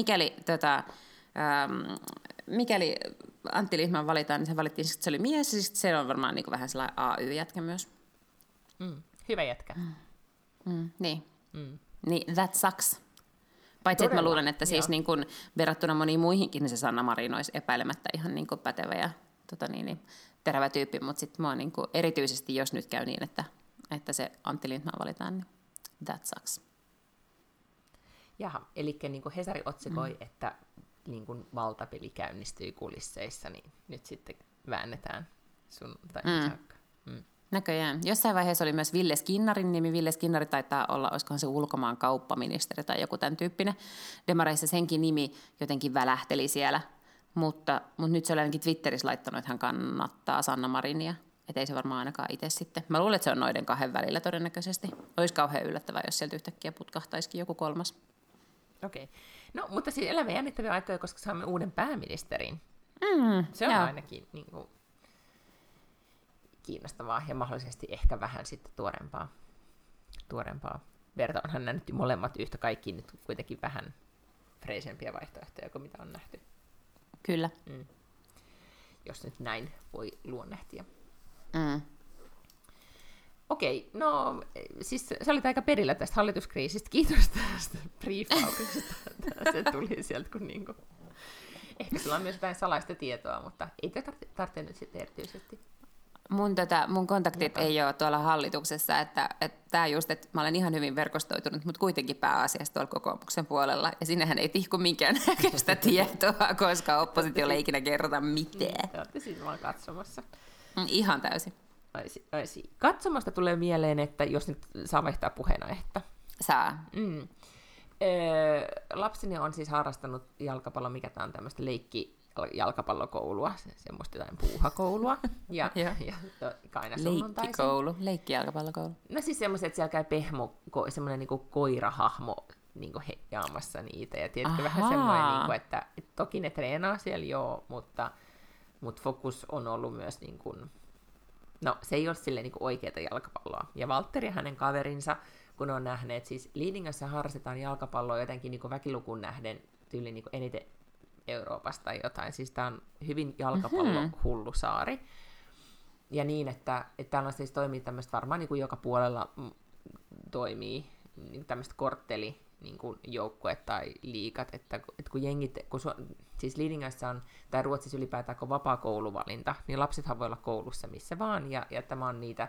mikäli Antti Lindtman valitaan, niin se valittiin, että se oli mies, ja se on varmaan niin vähän sellainen AY-jätkä myös. Hyvä jätkä. Niin. Niin, that sucks. Paitsi että mä luulen, että siis niin kuin verrattuna moniin muihinkin, niin se Sanna Marin olisi epäilemättä ihan niin kuin pätevä ja terävä tyyppi, mutta sitten mua niin kuin erityisesti, jos nyt käy niin, että se Antti Lindtman valitaan, niin that sucks. Jaha, eli niin kuin Hesari otsikoi, että niin kuin valtapeli käynnistyy kulisseissa, niin nyt sitten väännetään saakka. Näköjään. Jossain vaiheessa oli myös Ville Skinnarin nimi. Ville Skinnari taitaa olla, olisikohan se ulkomaan kauppaministeri tai joku tämän tyyppinen. Demareissa senkin nimi jotenkin välähteli siellä, mutta nyt se oli ainakin Twitterissä laittanut, että hän kannattaa Sanna Marinia. Että ei se varmaan ainakaan itse sitten. Mä luulen, että se on noiden kahden välillä todennäköisesti. Olisi kauhean yllättävää, jos sieltä yhtäkkiä putkahtaisikin joku kolmas. Okei. No, mutta siis elämme jännittäviä aikoja, koska saamme uuden pääministerin. Se on ainakin niin kuin kiinnostavaa ja mahdollisesti ehkä vähän sitten tuorempaa verta. Onhan nämä nyt molemmat yhtä kaikki nyt kuitenkin vähän freisempiä vaihtoehtoja kuin mitä on nähty. Kyllä. Jos nyt näin voi luonnehtia. Okei, no siis sä olit aika perillä tästä hallituskriisistä. Kiitos tästä briefauksesta. Se tuli sieltä kun niinku. Ehkä sulla on myös jotain salaista tietoa, mutta ei tarvitse nyt sitten erityisesti. Mun kontaktit ei ole tuolla hallituksessa, että tämä just, että mä olen ihan hyvin verkostoitunut, mutta kuitenkin pääasiassa tuolla kokoomuksen puolella, ja sinnehän ei tihku minkäännäköistä tietoa, koska oppositiolle ei ikinä kerrota mitään. Te olette siis vaan katsomassa. Ihan täysin. Aisi. Katsomosta tulee mieleen, että jos nyt saa vaihtaa puheenaihetta. Saa. Lapseni on siis harrastanut jalkapalloa, mikä tämä on tämmöistä jalkapallokoulua, semmoista jotain puuhakoulua. Ja aina leikkikoulu, leikkijalkapallokoulu. No siis semmoiset, että siellä käy semmoinen niinku koirahahmo niinku jaamassa niitä. Ja tiedätkö, vähän semmoinen, niinku, että toki ne treenaa siellä joo, mutta fokus on ollut myös niin kuin, no se ei ole silleen niin kuin oikeata jalkapalloa. Ja Valtteri ja hänen kaverinsa, kun on nähneet, siis Liidingössä harrastetaan jalkapalloa jotenkin niin kuin väkilukuun nähden tyyli niin kuin eniten Euroopasta tai jotain. Siis tämä on hyvin jalkapallohullu saari. Ja niin, että täällä siis toimii tämmöistä varmaan niin kuin joka puolella toimii niin tämmöistä kortteli niin kuin joukkueet tai liigat, että kun jengit, siis Liidingössä on, tai Ruotsissa ylipäätään kun vapaa kouluvalinta, niin lapsethan voi olla koulussa missä vaan, ja tämä on niitä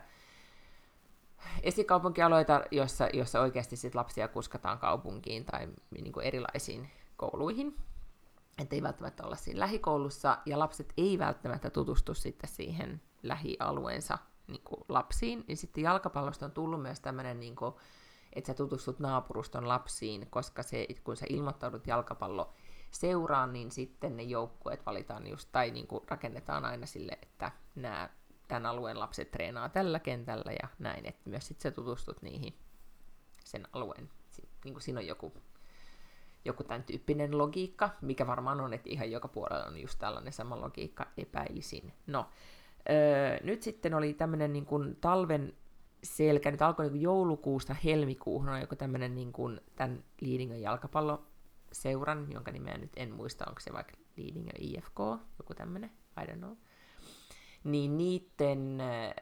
esikaupunkialueita, joissa oikeasti sit lapsia kuskataan kaupunkiin tai niin kuin erilaisiin kouluihin, että ei välttämättä olla siinä lähikoulussa, ja lapset ei välttämättä tutustu sitten siihen lähialueensa niin kuin lapsiin, niin sitten jalkapallosta on tullut myös tämmöinen niin kuin että sä tutustut naapuruston lapsiin, koska kun sä ilmoittaudut jalkapalloseuraan, niin sitten ne joukkueet valitaan just, tai niin kuin rakennetaan aina sille, että tämän alueen lapset treenaa tällä kentällä ja näin, että myös sitten sä tutustut niihin sen alueen. Niin kuin siinä on joku tämän tyyppinen logiikka, mikä varmaan on, että ihan joka puolella on just tällainen sama logiikka, epäilisin. No, nyt sitten oli tämmöinen niin kuin talven selkä, nyt alkoi niin joulukuusta helmikuuhun, on joku tämmöinen niin kuin tämän Liidingön jalkapalloseuran, jonka nimeä nyt en muista, onko se vaikka Liidingö IFK, joku tämmöinen, I don't know. Niin niiden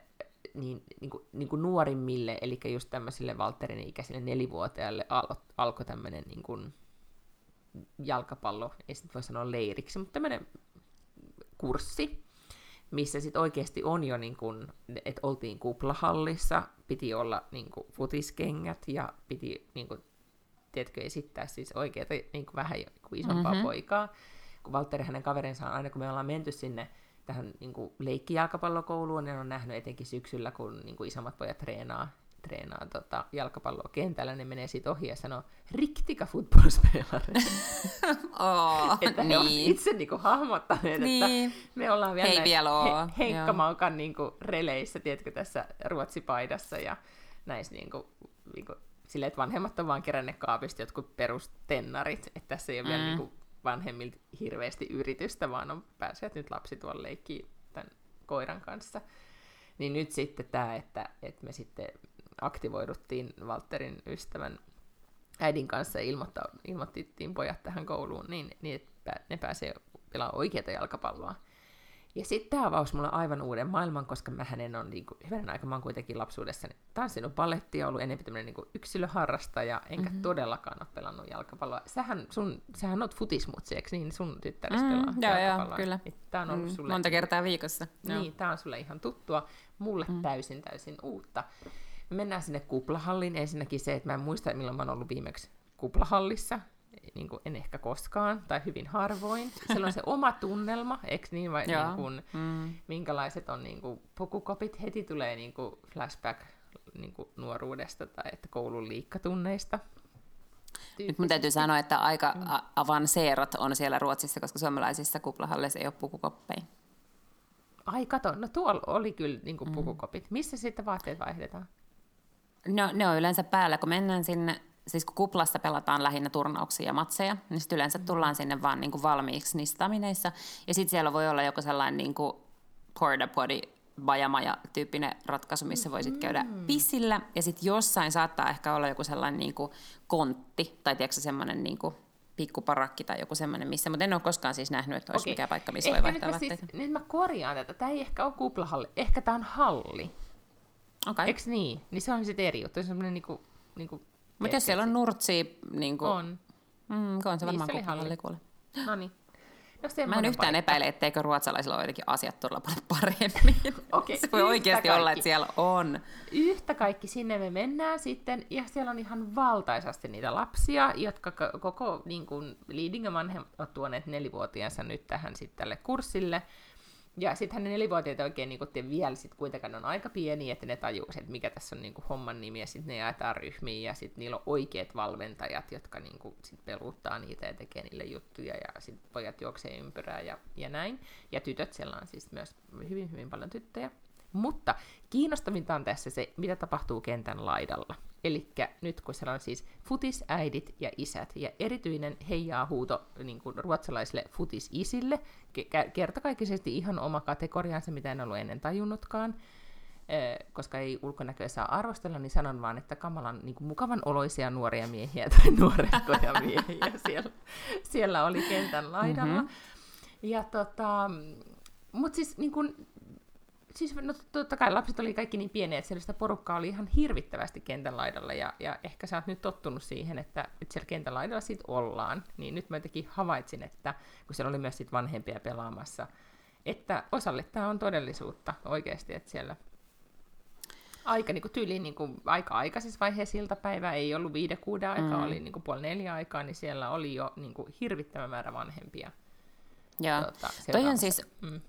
niin kuin nuorimmille, eli just tämmöisille Valtterin ikäisille 4-vuotiaille alkoi tämmöinen niin kuin jalkapallo, ei sitten voi sanoa leiriksi, mutta tämmöinen kurssi, missä sitten oikeasti on jo, niin kun, että oltiin kuplahallissa, piti olla niin kun, futiskengät ja piti, niin kun, tiedätkö, esittää siis oikeata niin kun, vähän isompaa poikaa. Kun Valtteri ja hänen kaverinsa on aina, kun me ollaan menty sinne tähän niin kun, leikkijalkapallokouluun, ne on nähnyt etenkin syksyllä, kun niin kun, isommat pojat treenaa jalkapalloa kentällä, ne menee siitä ohi ja sanoo, riktika fotbollspelare. Että he ovat itse niinku hahmottaneet, että me ollaan vielä Henkkamaukan niinku releissä, tiedätkö, tässä Ruotsipaidassa ja näissä niinku, silleen, että vanhemmat on vaan keränneet kaapista jotkut perustennarit, että tässä ei ole vielä niinku vanhemmilta hirveästi yritystä, vaan on päässeet nyt lapsi tuolla leikkiin tämän koiran kanssa. Niin nyt sitten tämä, että me sitten aktivoiduttiin Valtterin ystävän äidin kanssa ja ilmoitettiin pojat tähän kouluun, niin että ne pääsee pelaamaan oikeata jalkapalloa. Ja sitten tämä avausi mulle aivan uuden maailman, koska mähän en ole, hyvän aikaa mä oon kuitenkin lapsuudessani tanssinut ballettia, ollut enemmän tämmöinen yksilöharrastaja, enkä todellakaan ole pelannut jalkapalloa. Sähän oot futismutsi, eikö niin? Sun tyttäres pelaa jalkapalloa. Kyllä. Tää on ollut sulle, monta kertaa viikossa. Niin, tää on sulle ihan tuttua, mulle täysin uutta. Me mennään sinne kuplahalliin. Ensinnäkin se, että mä en muista, milloin mä oon ollut viimeksi kuplahallissa. Niin kuin en ehkä koskaan, tai hyvin harvoin. Siellä on se oma tunnelma, eikö niin? Vai niin kuin, minkälaiset on niin kuin pukukopit. Heti tulee niin kuin flashback niin kuin nuoruudesta tai että koulun liikkatunneista. Nyt mun täytyy sanoa, että aika avanseerat on siellä Ruotsissa, koska suomalaisissa kuplahalleissa ei ole pukukoppeja. Ai kato, no tuolla oli kyllä niin kuin pukukopit. Missä sitten vaatteet vaihdetaan? No ne on yleensä päällä, kun mennään sinne, siis kun kuplassa pelataan lähinnä turnauksia ja matseja, niin sitten yleensä tullaan sinne vaan niin kuin valmiiksi niissä tamineissa. Ja sitten siellä voi olla joku sellainen niin kuin porta potty bajamaja-tyyppinen ratkaisu, missä voisit käydä pissillä. Ja sitten jossain saattaa ehkä olla joku sellainen niin kuin kontti, tai tiedätkö semmoinen niin kuin pikkuparakki tai joku semmoinen, missä, mutta en ole koskaan siis nähnyt, että olisi mikään paikka, missä voi vaihtaa vaatteita. Nyt mä korjaan tätä. Tämä ei ehkä ole kuplahalli, ehkä tämä on halli. Okay. Eikö niin? Niin se on sitten eri juttu. Se on semmoinen niinku mutta jos siellä on nurtsia, niinku on. On se varmaan kuplahalli kuule. No niin. Mä en yhtään epäile, etteikö ruotsalaisilla ole jotenkin asiat todella paljon paremmin. Se voi oikeasti olla, että siellä on. Yhtä kaikki sinne me mennään sitten, ja siellä on ihan valtaisasti niitä lapsia, jotka koko niin kuin Liidingön vanhemmat ovat tuoneet 4-vuotiaansa nyt tähän sitten tälle kurssille. Ja sittenhän ne 4-vuotiaat oikein niin vielä sit kuitenkaan on aika pieni, että ne tajuisivat, että mikä tässä on niin homman nimi, ja sitten ne jaetaan ryhmiin, ja sitten niillä on oikeat valmentajat, jotka niin sit peluttaa niitä ja tekee niille juttuja, ja sitten pojat juoksee ympyrää ja näin. Ja tytöt, siellä on siis myös hyvin, hyvin paljon tyttöjä. Mutta kiinnostavinta on tässä se, mitä tapahtuu kentän laidalla. Eli nyt kun siellä on siis futisäidit ja isät, ja erityinen heijaa-huuto niin kuin ruotsalaisille futisisille, kertakaikkisesti ihan oma kategoriansa, mitä en ollut ennen tajunnutkaan, koska ei ulkonäköä saa arvostella, niin sanon vaan, että kamalan niin kuin mukavan oloisia nuoria miehiä tai nuorekkoja miehiä siellä oli kentän laidalla. Mm-hmm. Ja mutta siis niin kuin, siis no, totta kai lapset oli kaikki niin pieniä, että sellaista porukkaa oli ihan hirvittävästi kentän laidalla, ja ehkä sä oot nyt tottunut siihen, että siellä kentän laidalla sit ollaan, niin nyt mä jotenkin havaitsin, että kun siellä oli myös sit vanhempia pelaamassa, että osalle tämä on todellisuutta oikeasti, että siellä aika niin kuin tyyliin niin kuin aika aikaisessa vaiheessa iltapäivää, ei ollut 5-6 aikaa, oli niin kuin 3-4 aikaa, niin siellä oli jo niin kuin hirvittävä määrä vanhempia. Joo, toi on siis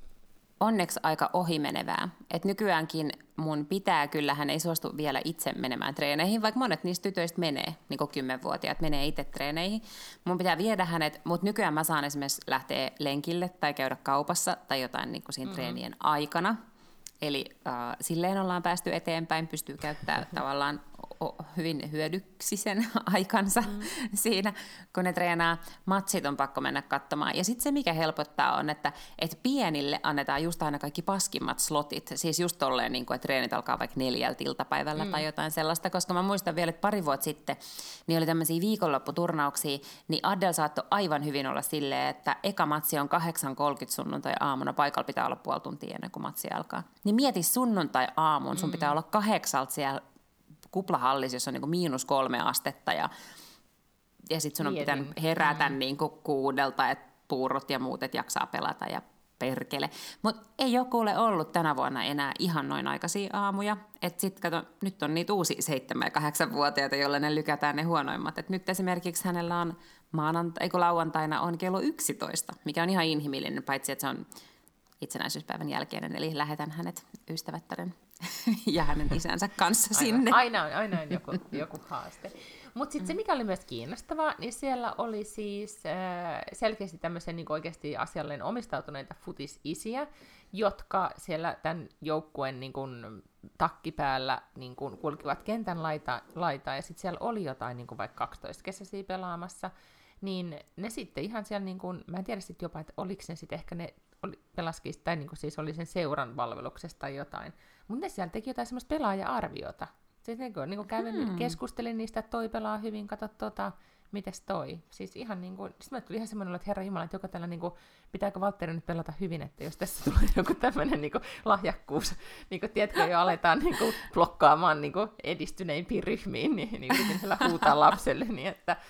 onneksi aika ohimenevää. Et nykyäänkin mun pitää, kyllähän ei suostu vielä itse menemään treeneihin, vaikka monet niistä tytöistä menee, niin kuin 10-vuotiaat menee itse treeneihin. Mun pitää viedä hänet, mutta nykyään mä saan esimerkiksi lähteä lenkille tai käydä kaupassa tai jotain niin kuin siinä treenien aikana. Eli silleen ollaan päästy eteenpäin, pystyy käyttämään tavallaan hyvin hyödyksisen aikansa siinä, kun ne treenaa. Matsit on pakko mennä katsomaan. Ja sitten se, mikä helpottaa, on, että pienille annetaan just aina kaikki paskimmat slotit. Siis just tolleen, niin kuin, että treenit alkaa vaikka 4 iltapäivällä tai jotain sellaista. Koska mä muistan vielä, että pari vuotta sitten niin oli tämmöisiä viikonlopputurnauksia, niin Adele saattoi aivan hyvin olla silleen, että eka matsi on 8.30 sunnuntai-aamuna. Paikalla pitää olla puoli tuntia ennen kuin matsi alkaa. Niin mieti sunnuntai-aamun, sun pitää olla 8 siellä kuplahallissa, jossa on niin -3 astetta, ja sitten sun on pitänyt herätä niin 6, että puurot ja muut, että jaksaa pelata ja perkele. Mutta ei ole kuule ollut tänä vuonna enää ihan noin aikaisia aamuja. Et sit kato, nyt on niitä uusia 7- ja 8-vuotiaita, joilla ne lykätään ne huonoimmat. Et nyt esimerkiksi hänellä on lauantaina on kello 11, mikä on ihan inhimillinen, paitsi että se on itsenäisyyspäivän jälkeinen, eli lähetän hänet ystävättären ja hänen isänsä kanssa sinne. Aina on joku haaste. Mutta sitten se, mikä oli myös kiinnostavaa, niin siellä oli siis selkeästi tämmöisen niin oikeasti asialleen omistautuneita futisisiä, jotka siellä tämän joukkueen niin kuin takkipäällä niin kuin kulkivat kentän laitaa, ja sitten siellä oli jotain niin kuin vaikka 12 kesäisiä pelaamassa, niin ne sitten ihan siellä, niin kuin, mä en tiedä sitten jopa, että oliko ne sitten ehkä ne pelaski, tai niin kuin siis oli sen seuran palveluksesta tai jotain, mutta ne siellä teki jotain semmoista pelaaja-arviota. Sitten niin kävin, keskustelin niistä, että toi pelaa hyvin, kato mites toi. Siis ihan niin kuin, sitten tuli ihan semmoinen, että herra jumala, että joko tällä niin kuin, pitääkö Valtteri nyt pelata hyvin, että jos tässä tulee joku tämmöinen niin kuin lahjakkuus, niin kuin, tiedätkö, jo aletaan niin kuin, blokkaamaan niin kuin, edistyneimpiin ryhmiin, niin yritin siellä huutaa lapselle, niin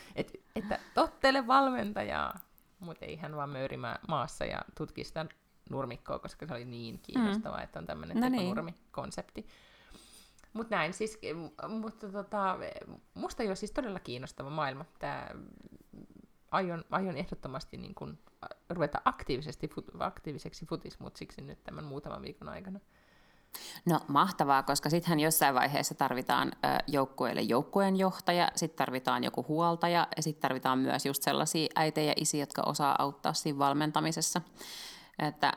että tottele valmentajaa. Mutta ei hän vaan möyri maassa ja tutki sitä nurmikkoa, koska se oli niin kiinnostavaa, että on tämmöinen tekonurmikonsepti. Mutta näin, siis, musta ei ole siis todella kiinnostava maailma. Aion ehdottomasti niin kun ruveta aktiiviseksi futismutsiksi nyt tämän muutaman viikon aikana. No mahtavaa, koska sittenhän jossain vaiheessa tarvitaan joukkueelle joukkueenjohtaja, sitten tarvitaan joku huoltaja ja sitten tarvitaan myös just sellaisia äitejä ja isiä, jotka osaa auttaa siinä valmentamisessa. Että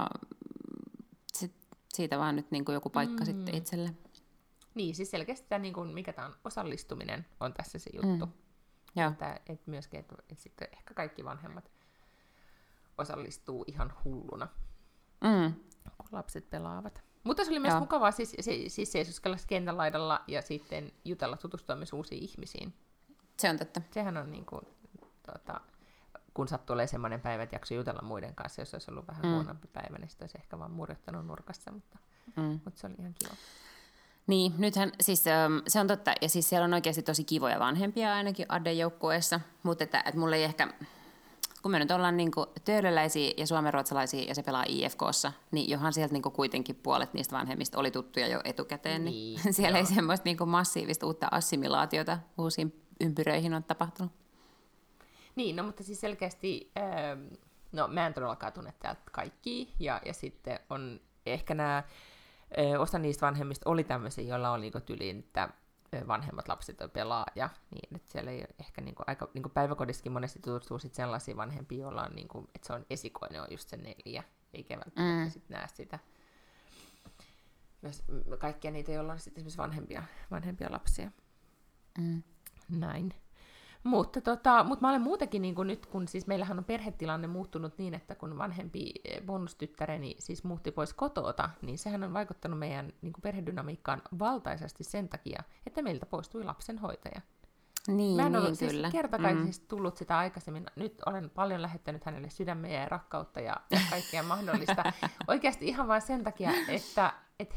siitä vaan nyt niin kuin joku paikka sitten itselle. Niin, siis selkeästi tämä, niin kuin, mikä tämä on, osallistuminen on tässä se juttu. Että myöskin, että sitten ehkä kaikki vanhemmat osallistuu ihan hulluna, kun lapset pelaavat. Mutta se oli myös mukavaa siis seisoskella kentän laidalla ja sitten jutella, tutustua myös uusiin ihmisiin. Se on totta. Sehän on niin kuin, kun sattuu olemaan semmoinen päivä, että jakso jutella muiden kanssa, jos olisi ollut vähän huonompi päivä, niin sitten olisi ehkä vaan murjottanut nurkassa, mutta se oli ihan kiva. Niin, nythän siis se on totta, ja siis siellä on oikeasti tosi kivoja vanhempia ainakin Adde-joukkueessa, mutta että mulla ei ehkä, kun me nyt ollaan niinku töölöläisiä ja suomenruotsalaisia ja se pelaa IFK:ssa, niin johan sieltä niinku kuitenkin puolet niistä vanhemmista oli tuttuja jo etukäteen, niin siellä ei semmoista niinku massiivista uutta assimilaatiota uusiin ympyröihin on tapahtunut. Niin, no mutta siis selkeästi No, mä en todellakaan tunne täältä kaikkia, ja sitten on ehkä nämä, osa niistä vanhemmista oli tämmöisiä, joilla oli niinku tyliin, että vanhemmat lapset pelaa, ja niin, että siellä ei ehkä niinku, aika, niinku päiväkodissakin monesti tutustuu sit sellaisia vanhempia, joilla on, niinku, että se on esikoinen, on just se 4, eikä välttämättä sit näe sitä. Myös kaikkia niitä, joilla on sitten esimerkiksi vanhempia lapsia. Näin. Mutta mä olen muutenkin niin kuin nyt, kun siis meillähän on perhetilanne muuttunut niin, että kun vanhempi bonustyttäreni siis muutti pois kotoota, niin sehän on vaikuttanut meidän niin kuin perhedynamiikkaan valtaisesti sen takia, että meiltä poistui lapsenhoitaja. Niin, mä en ollut niin, siis kyllä. kertakaisesti tullut sitä aikaisemmin. Nyt olen paljon lähettänyt hänelle sydämeä ja rakkautta ja kaikkea mahdollista. Oikeasti ihan vain sen takia, että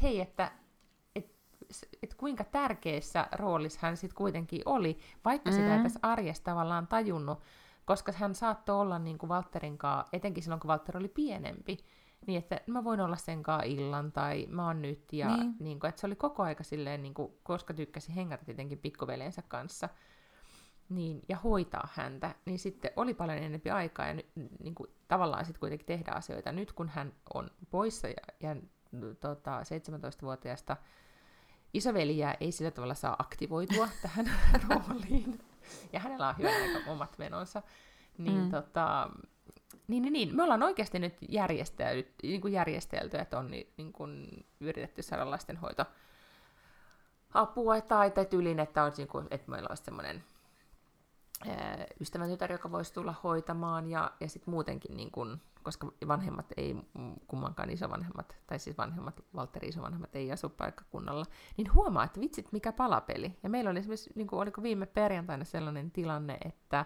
kuinka tärkeässä roolissa hän sitten kuitenkin oli, vaikka sitä ei tässä arjessa tavallaan tajunnut, koska hän saattoi olla niin kuin Valtterin kanssa, etenkin silloin kun Valtteri oli pienempi, niin että mä voin olla sen kanssa illan tai mä oon nyt, ja niin kuin, että se oli koko aika silleen, niin kuin, koska tykkäsi hengätä tietenkin pikkuveljensä kanssa, niin, ja hoitaa häntä, niin sitten oli paljon enemmän aikaa ja niin kuin, tavallaan sitten kuitenkin tehdä asioita. Nyt kun hän on poissa ja 17-vuotiaasta isoveliä ei sillä tavalla saa aktivoitua tähän rooliin, ja hänellä on hyvän aika omat menonsa, niin, niin me ollaan oikeasti nyt järjestelty, että on niin kuin yritetty saada lastenhoitoapua tai tyylin, että, on, että meillä olisi semmoinen ystävän tytär, joka voisi tulla hoitamaan, ja sitten muutenkin, niin kun, koska vanhemmat ei, kummankaan isovanhemmat, tai siis Valtterin isovanhemmat ei asu paikkakunnalla, niin huomaa, että vitsit, mikä palapeli. Ja meillä oli esimerkiksi, niin kuin, oliko viime perjantaina sellainen tilanne, että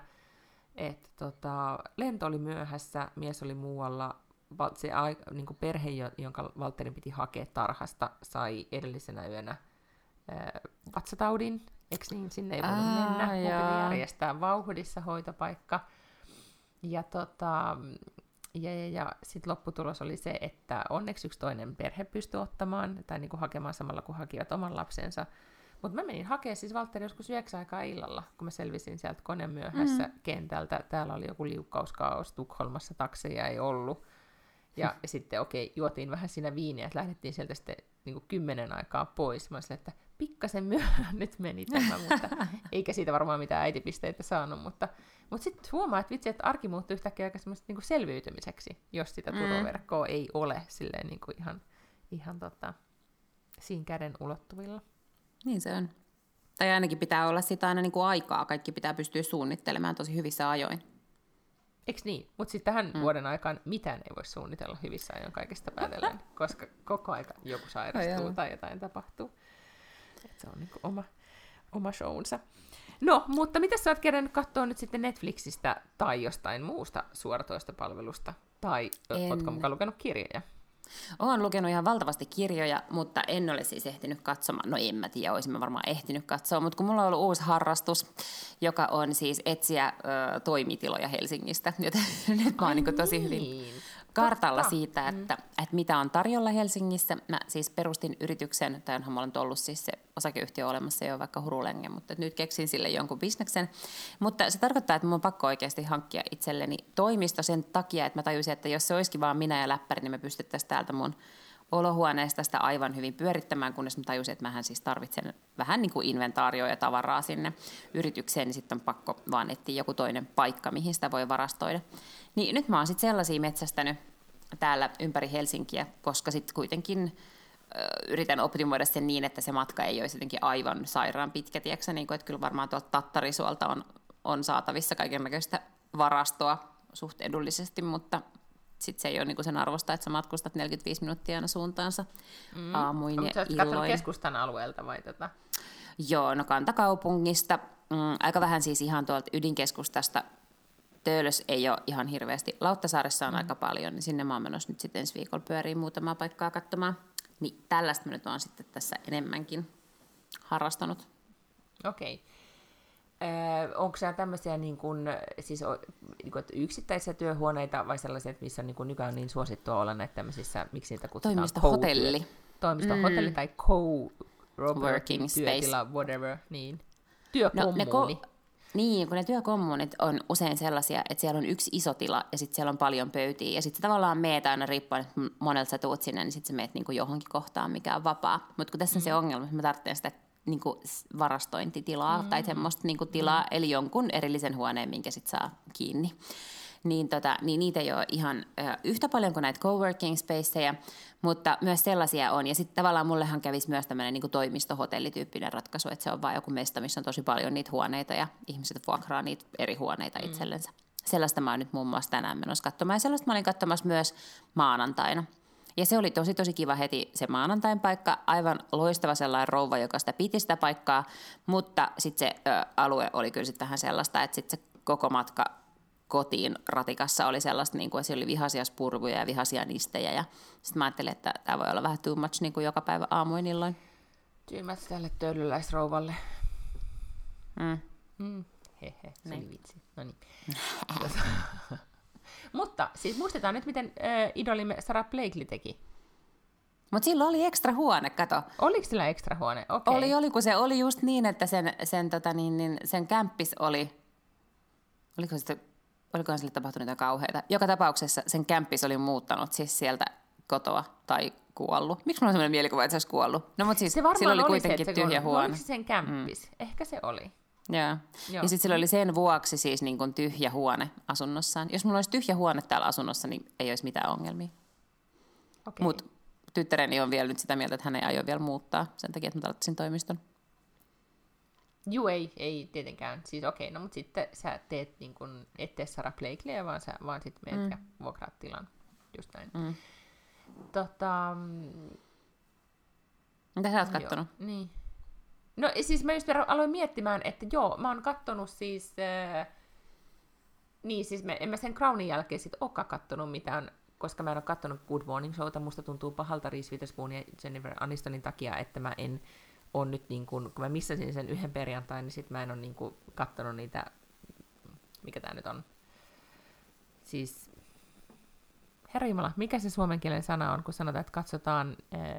lento oli myöhässä, mies oli muualla, se niin kuin perhe, jonka Valtterin piti hakea tarhasta, sai edellisenä yönä vatsataudin. Eikö niin, sinne ei voinut mennä, mun piti järjestää vauhdissa hoitopaikka. Ja sitten lopputulos oli se, että onneksi yksi toinen perhe pystyi ottamaan, tai niinku hakemaan samalla kun hakivat oman lapsensa. Mutta mä menin hakemaan siis Valtteri joskus 9 aikaa illalla, kun mä selvisin sieltä koneen myöhässä kentältä. Täällä oli joku liukkauskaos Tukholmassa, takseja ei ollut. Ja sitten juotiin vähän siinä viiniä, että lähdettiin sieltä sitten niin 10 aikaa pois. Mä olisin, että pikkasen myöhään nyt meni tämä, mutta eikä siitä varmaan mitään äitipisteitä saanut. Mutta sitten huomaa, että vitsi, että arki muuttui yhtäkkiä aika semmoista niin selviytymiseksi, jos sitä turvaverkkoa ei ole silleen niin kuin ihan siinä käden ulottuvilla. Niin se on. Tai ainakin pitää olla sitä aina niin kuin aikaa. Kaikki pitää pystyä suunnittelemaan tosi hyvissä ajoin. Eikö niin? Mutta sitten tähän vuoden aikaan mitään ei voi suunnitella hyvissä ajoin kaikesta päätellen, koska koko aika joku sairastuu tai jotain tapahtuu. Et se on niinku oma shownsa. No, mutta mitä sä oot kerännyt katsoa nyt sitten Netflixistä tai jostain muusta suoratoistopalvelusta? Tai ootko mukaan lukenut kirjoja? Olen lukenut ihan valtavasti kirjoja, mutta en ole siis ehtinyt katsomaan. No en mä tiedä, olisin mä varmaan ehtinyt katsoa, mutta kun mulla on ollut uusi harrastus, joka on siis etsiä toimitiloja Helsingistä, joten nyt mä oon niin tosi hyvin kartalla siitä, että mitä on tarjolla Helsingissä. Mä siis perustin yrityksen, tai onhan mulla nyt ollut siis se osakeyhtiö olemassa jo vaikka hurulenge, mutta nyt keksin sille jonkun bisneksen. Mutta se tarkoittaa, että mun on pakko oikeasti hankkia itselleni toimisto sen takia, että mä tajusin, että jos se olisikin vaan minä ja läppäri, niin me pystyttäisiin täältä mun olohuoneesta sitä aivan hyvin pyörittämään, kunnes mä tajusin, että mähän siis tarvitsen vähän niin kuin inventaarioa ja tavaraa sinne yritykseen, niin sitten on pakko vaan etsiä joku toinen paikka, mihin sitä voi varastoida. Niin nyt mä oon sitten sellaisia metsästänyt täällä ympäri Helsinkiä, koska sitten kuitenkin yritän optimoida sen niin, että se matka ei olisi jotenkin aivan sairaan pitkä, tiiäksä, niin kuin, että kyllä varmaan tuolta Tattarisuolta on saatavissa kaikennäköistä varastoa suht edullisesti, mutta sitten se ei ole niinku sen arvosta, että sä matkustat 45 minuuttia aina suuntaansa aamuin ja illoin. Mutta sä oot katsonut keskustan alueelta vai tota? Joo, no kantakaupungista. Aika vähän siis ihan tuolta ydinkeskustasta. Töölös ei ole ihan hirveästi. Lauttasaaressa on aika paljon, niin sinne mä oon menossa nyt sitten ensi viikolla pyöriin muutamaa paikkaa katsomaan. Niin tällaista mä nyt oon sitten tässä enemmänkin harrastanut. Okei. Onko siellä tämmöisiä niin kun, siis, niin kun, yksittäisiä työhuoneita vai sellaisia, missä on, niin kun, nykyään niin suosittua olla näitä tämmöisissä, miksi niitä kutsutaan? Toimistohotelli. Toimistohotelli tai co-working työtila, whatever, niin. Työkommuuni. Niin, kun ne työkommunit on usein sellaisia, että siellä on yksi iso tila ja sitten siellä on paljon pöytiä. Ja sitten tavallaan meet aina riippuen, että monelta sä tuut sinne, niin sitten sä meet niinku johonkin kohtaan, mikä on vapaa. Mutta kun tässä on se ongelma, että mä tarvitsen sitä niinku varastointitilaa tai semmoista niinku tilaa, eli jonkun erillisen huoneen, minkä sitten saa kiinni. Niin, niin niitä ei ole ihan yhtä paljon kuin näitä coworking spaceja, mutta myös sellaisia on. Ja sitten tavallaan mullehan kävisi myös tämmöinen niin toimistohotellityyppinen ratkaisu, että se on vaan joku mesta, missä on tosi paljon niitä huoneita ja ihmiset vuokraa niitä eri huoneita itsellensä. Sellaista mä oon nyt muun muassa tänään menossa katsomaan ja sellaista mä olin katsomassa myös maanantaina. Ja se oli tosi kiva heti se maanantain paikka, aivan loistava sellainen rouva, joka sitä piti sitä paikkaa, mutta sitten se alue oli kyllä sitten vähän sellaista, että sitten se koko matka kotiin ratikassa oli sellaista, niin kuin, että siellä oli vihaisia spurvuja ja vihaisia nistejä. Ja sitten mä ajattelin, että tämä voi olla vähän too much niin kuin joka päivä aamuin illoin. Tyymät tälle töölöläisrouvalle. Hehe, se oli vitsi. No niin. Mutta siis muistetaan nyt, miten idolimme Sara Blakely teki. Mutta sillä oli ekstra huone, kato. Oliko sillä ekstra huone? Okay. Oli, kun se oli just niin, että sen kämppis oli, olikohan sille tapahtunut jotain kauheita. Joka tapauksessa sen kämppis oli muuttanut siis sieltä kotoa tai kuollut. Miksi mulla on sellainen mielikuva, että se olisi kuollut? No, mutta siis sillä oli kuitenkin se, tyhjä huone. Oliko se sen kämppis? Ehkä se oli. Joo. Ja sitten sillä oli sen vuoksi siis niin kuin tyhjä huone asunnossaan. Jos mulla olisi tyhjä huone täällä asunnossa, niin ei olisi mitään ongelmia. Okay. Mutta tyttäreni on vielä nyt sitä mieltä, että hän ei aio vielä muuttaa sen takia, että mä tarvitsin toimiston. Juu, ei tietenkään. Siis okei, no mutta sitten sä teet niin kuin, et tee Sara Blakelyä, vaan sitten meet ja vuokraat tilan. Just näin. Mitä sä oot kattonut? Niin. No siis mä just aloin miettimään, että joo, mä oon kattonut siis, niin siis en mä sen Crownin jälkeen sit olekaan kattonut mitään, koska mä en ole kattonut Good Morning Showta, musta tuntuu pahalta Reese Witherspoon ja Jennifer Anistonin takia, että mä en on nyt niin kun mä missasin sen yhden perjantain, niin sit mä en ole niin kuin kattonut niitä, mikä tää nyt on, siis herranjumala, mikä se suomenkielinen sana on, kun sanotaan, että katsotaan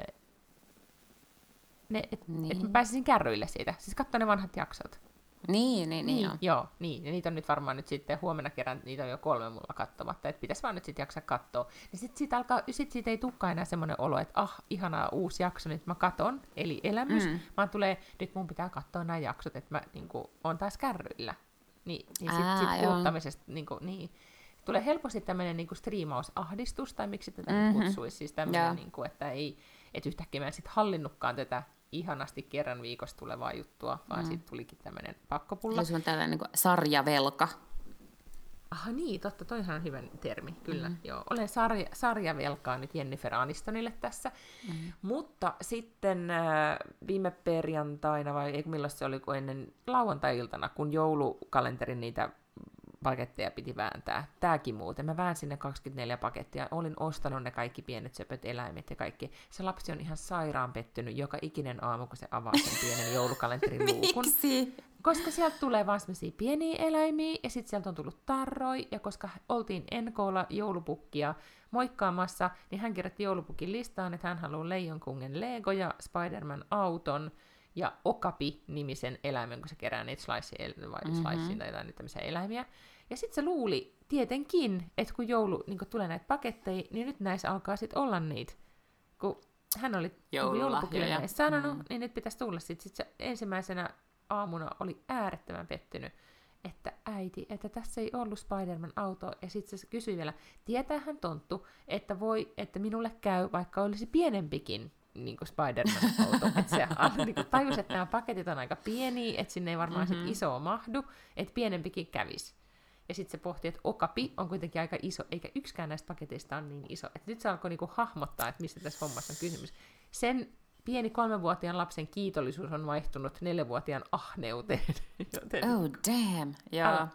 että mä pääsisin kärryille siitä. Siis katsoa ne vanhat jaksot. Niin, joo. Niin, ja niitä on nyt varmaan nyt sitten huomenna kerran, niitä on jo 3 mulla katsomatta, että pitäisi vaan nyt sitten jaksaa katsoa. Ja sitten siitä ei tulekaan enää semmoinen olo, että ihanaa uusi jakso, nyt mä katon, eli elämys, vaan tulee, nyt mun pitää katsoa nämä jaksot, että mä niinku on taas kärryillä. Niin sitten kuluttamisesta, niin. Tulee helposti tämmöinen niinku striimausahdistus, tai miksi tätä nyt kutsuisi, siis tämmöinen, niinku, että ei, et yhtäkkiä mä en sitten hallinnutkaan tätä ihanasti kerran viikossa tulevaa juttua, vaan sitten tulikin tämmöinen pakkopulla. Se on tällainen niin kuin sarjavelka. Niin, totta, toihan on hyvä termi, kyllä. Joo, olen sarjavelkaa nyt Jennifer Anistonille tässä. Mutta sitten viime perjantaina, vai eikö milloin se oli, kun ennen lauantai-iltana, kun joulukalenterin niitä paketteja piti vääntää. Tääkin muuten. Mä väänsin ne 24 pakettia. Olin ostanut ne kaikki pienet söpöt eläimet ja kaikki. Se lapsi on ihan sairaan pettynyt joka ikinen aamu, kun se avaa sen pienen joulukalenterin luukun. Miksi? Koska sieltä tulee vaan semmosia pieniä eläimiä ja sitten sieltä on tullut tarroi. Ja koska oltiin NK:lla joulupukkia moikkaamassa, niin hän kirjoitti joulupukin listaan, että hän haluaa Leijonkungen Lego ja Spider-Man auton ja Okapi-nimisen eläimen, kun se kerää niitä sliceja tai jotain nyt tämmöisiä eläimiä. Ja sitten se luuli tietenkin, että kun niin kun tulee näitä paketteja, niin nyt näissä alkaa sitten olla niitä. Kun hän oli joulupukille sanonut, niin nyt pitäisi tulla sitten. Sitten se ensimmäisenä aamuna oli äärettömän pettynyt, että äiti, että tässä ei ollut Spider-Man-auto. Ja sitten se kysyi vielä, tietäähän tonttu, että minulle käy, vaikka olisi pienempikin niin kuin Spider-Man-auto. Että se niin kuin tajusi, että nämä paketit on aika pieniä, että sinne ei varmaan sit isoa mahdu, että pienempikin kävisi. Ja sitten se pohti, että Okapi on kuitenkin aika iso, eikä yksikään näistä paketeista ole niin iso. Että nyt se alkoi niinku hahmottaa, että mistä tässä hommassa on kysymys. Sen pieni 3-vuotiaan lapsen kiitollisuus on vaihtunut 4-vuotiaan ahneuteen. Oh damn, joo.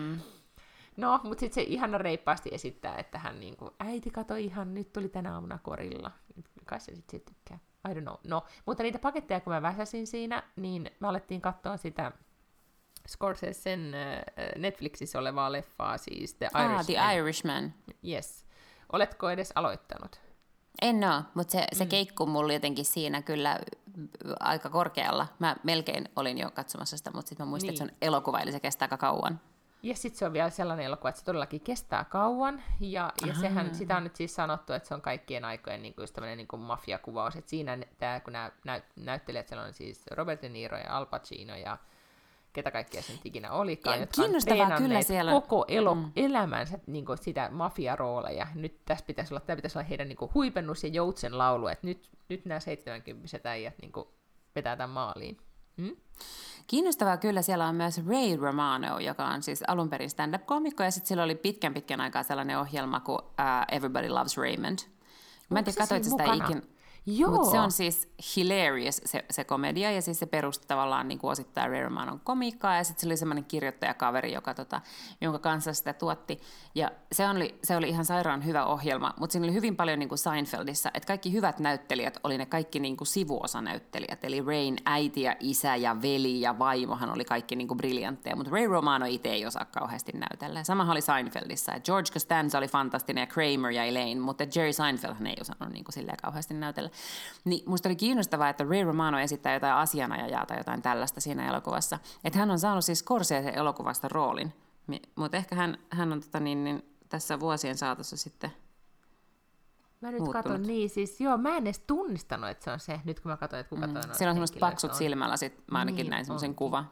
No, mutta sitten se ihana reippaasti esittää, että hän niinku, äiti kato ihan, nyt tuli tänä aamuna korilla. Kai se sitten tykkää. I don't know. No, mutta niitä paketteja, kun mä väsäsin siinä, niin me alettiin katsoa sitä Scorsesen Netflixissä olevaa leffaa, siis The Irishman. The Irishman. Yes. Oletko edes aloittanut? En oo, mutta se keikkuu mulla jotenkin siinä kyllä aika korkealla. Mä melkein olin jo katsomassa sitä, mutta sitten mä muistin, että se on elokuva, eli se kestää aika kauan. Ja sitten se on vielä sellainen elokuva, että se todellakin kestää kauan, ja sitä on nyt siis sanottu, että se on kaikkien aikojen niin kuin just tämmöinen niin kuin mafiakuvaus, että siinä kun nämä näyttelijät, siellä on siis Robert De Niro ja Al Pacino ja ketä kaikkea sen ikinä olikaan, jotka on treenanneet koko elämänsä niin kuin sitä mafiarooleja. Nyt tämä pitäisi olla heidän niin kuin huipennus ja joutsen laulu, että nyt nämä 70-vuotiaat äijät niin kuin vetää tämän maaliin. Kiinnostavaa kyllä, siellä on myös Ray Romano, joka on siis alun perin stand-up-koomikko, ja sitten sillä oli pitkän aikaa sellainen ohjelma kuin Everybody Loves Raymond. Mä en tiedä, katsoitko sitä ikinä. Mutta se on siis hilarious se komedia, ja siis se perusti tavallaan niin kuin osittain Ray Romanon komiikkaa, ja sitten se oli semmoinen kirjoittajakaveri, jonka kanssa sitä tuotti. Ja se oli ihan sairaan hyvä ohjelma, mutta siinä oli hyvin paljon niin kuin Seinfeldissä, että kaikki hyvät näyttelijät oli ne kaikki niin kuin sivuosanäyttelijät, eli Rayn äiti ja isä ja veli ja vaimohan oli kaikki niin kuin briljantteja, mutta Ray Romano itse ei osaa kauheasti näytellä. Samahan oli Seinfeldissä, että George Costanza oli fantastinen ja Kramer ja Elaine, mutta Jerry Seinfeldhan ei osannut niin kuin silleen kauheasti näytellä. Niin musta oli kiinnostavaa, että Ray Romano esittää jotain asianajajaa tai jotain tällaista siinä elokuvassa. Että hän on saanut siis Scorsese elokuvasta roolin, mutta ehkä hän on tässä vuosien saatossa sitten mä nyt katson siis mä en edes tunnistanut, että se on se, nyt kun mä katsoin, että kuka toi on. Siellä on semmoiset paksut silmällä, mä ainakin näin semmoisen kuvan.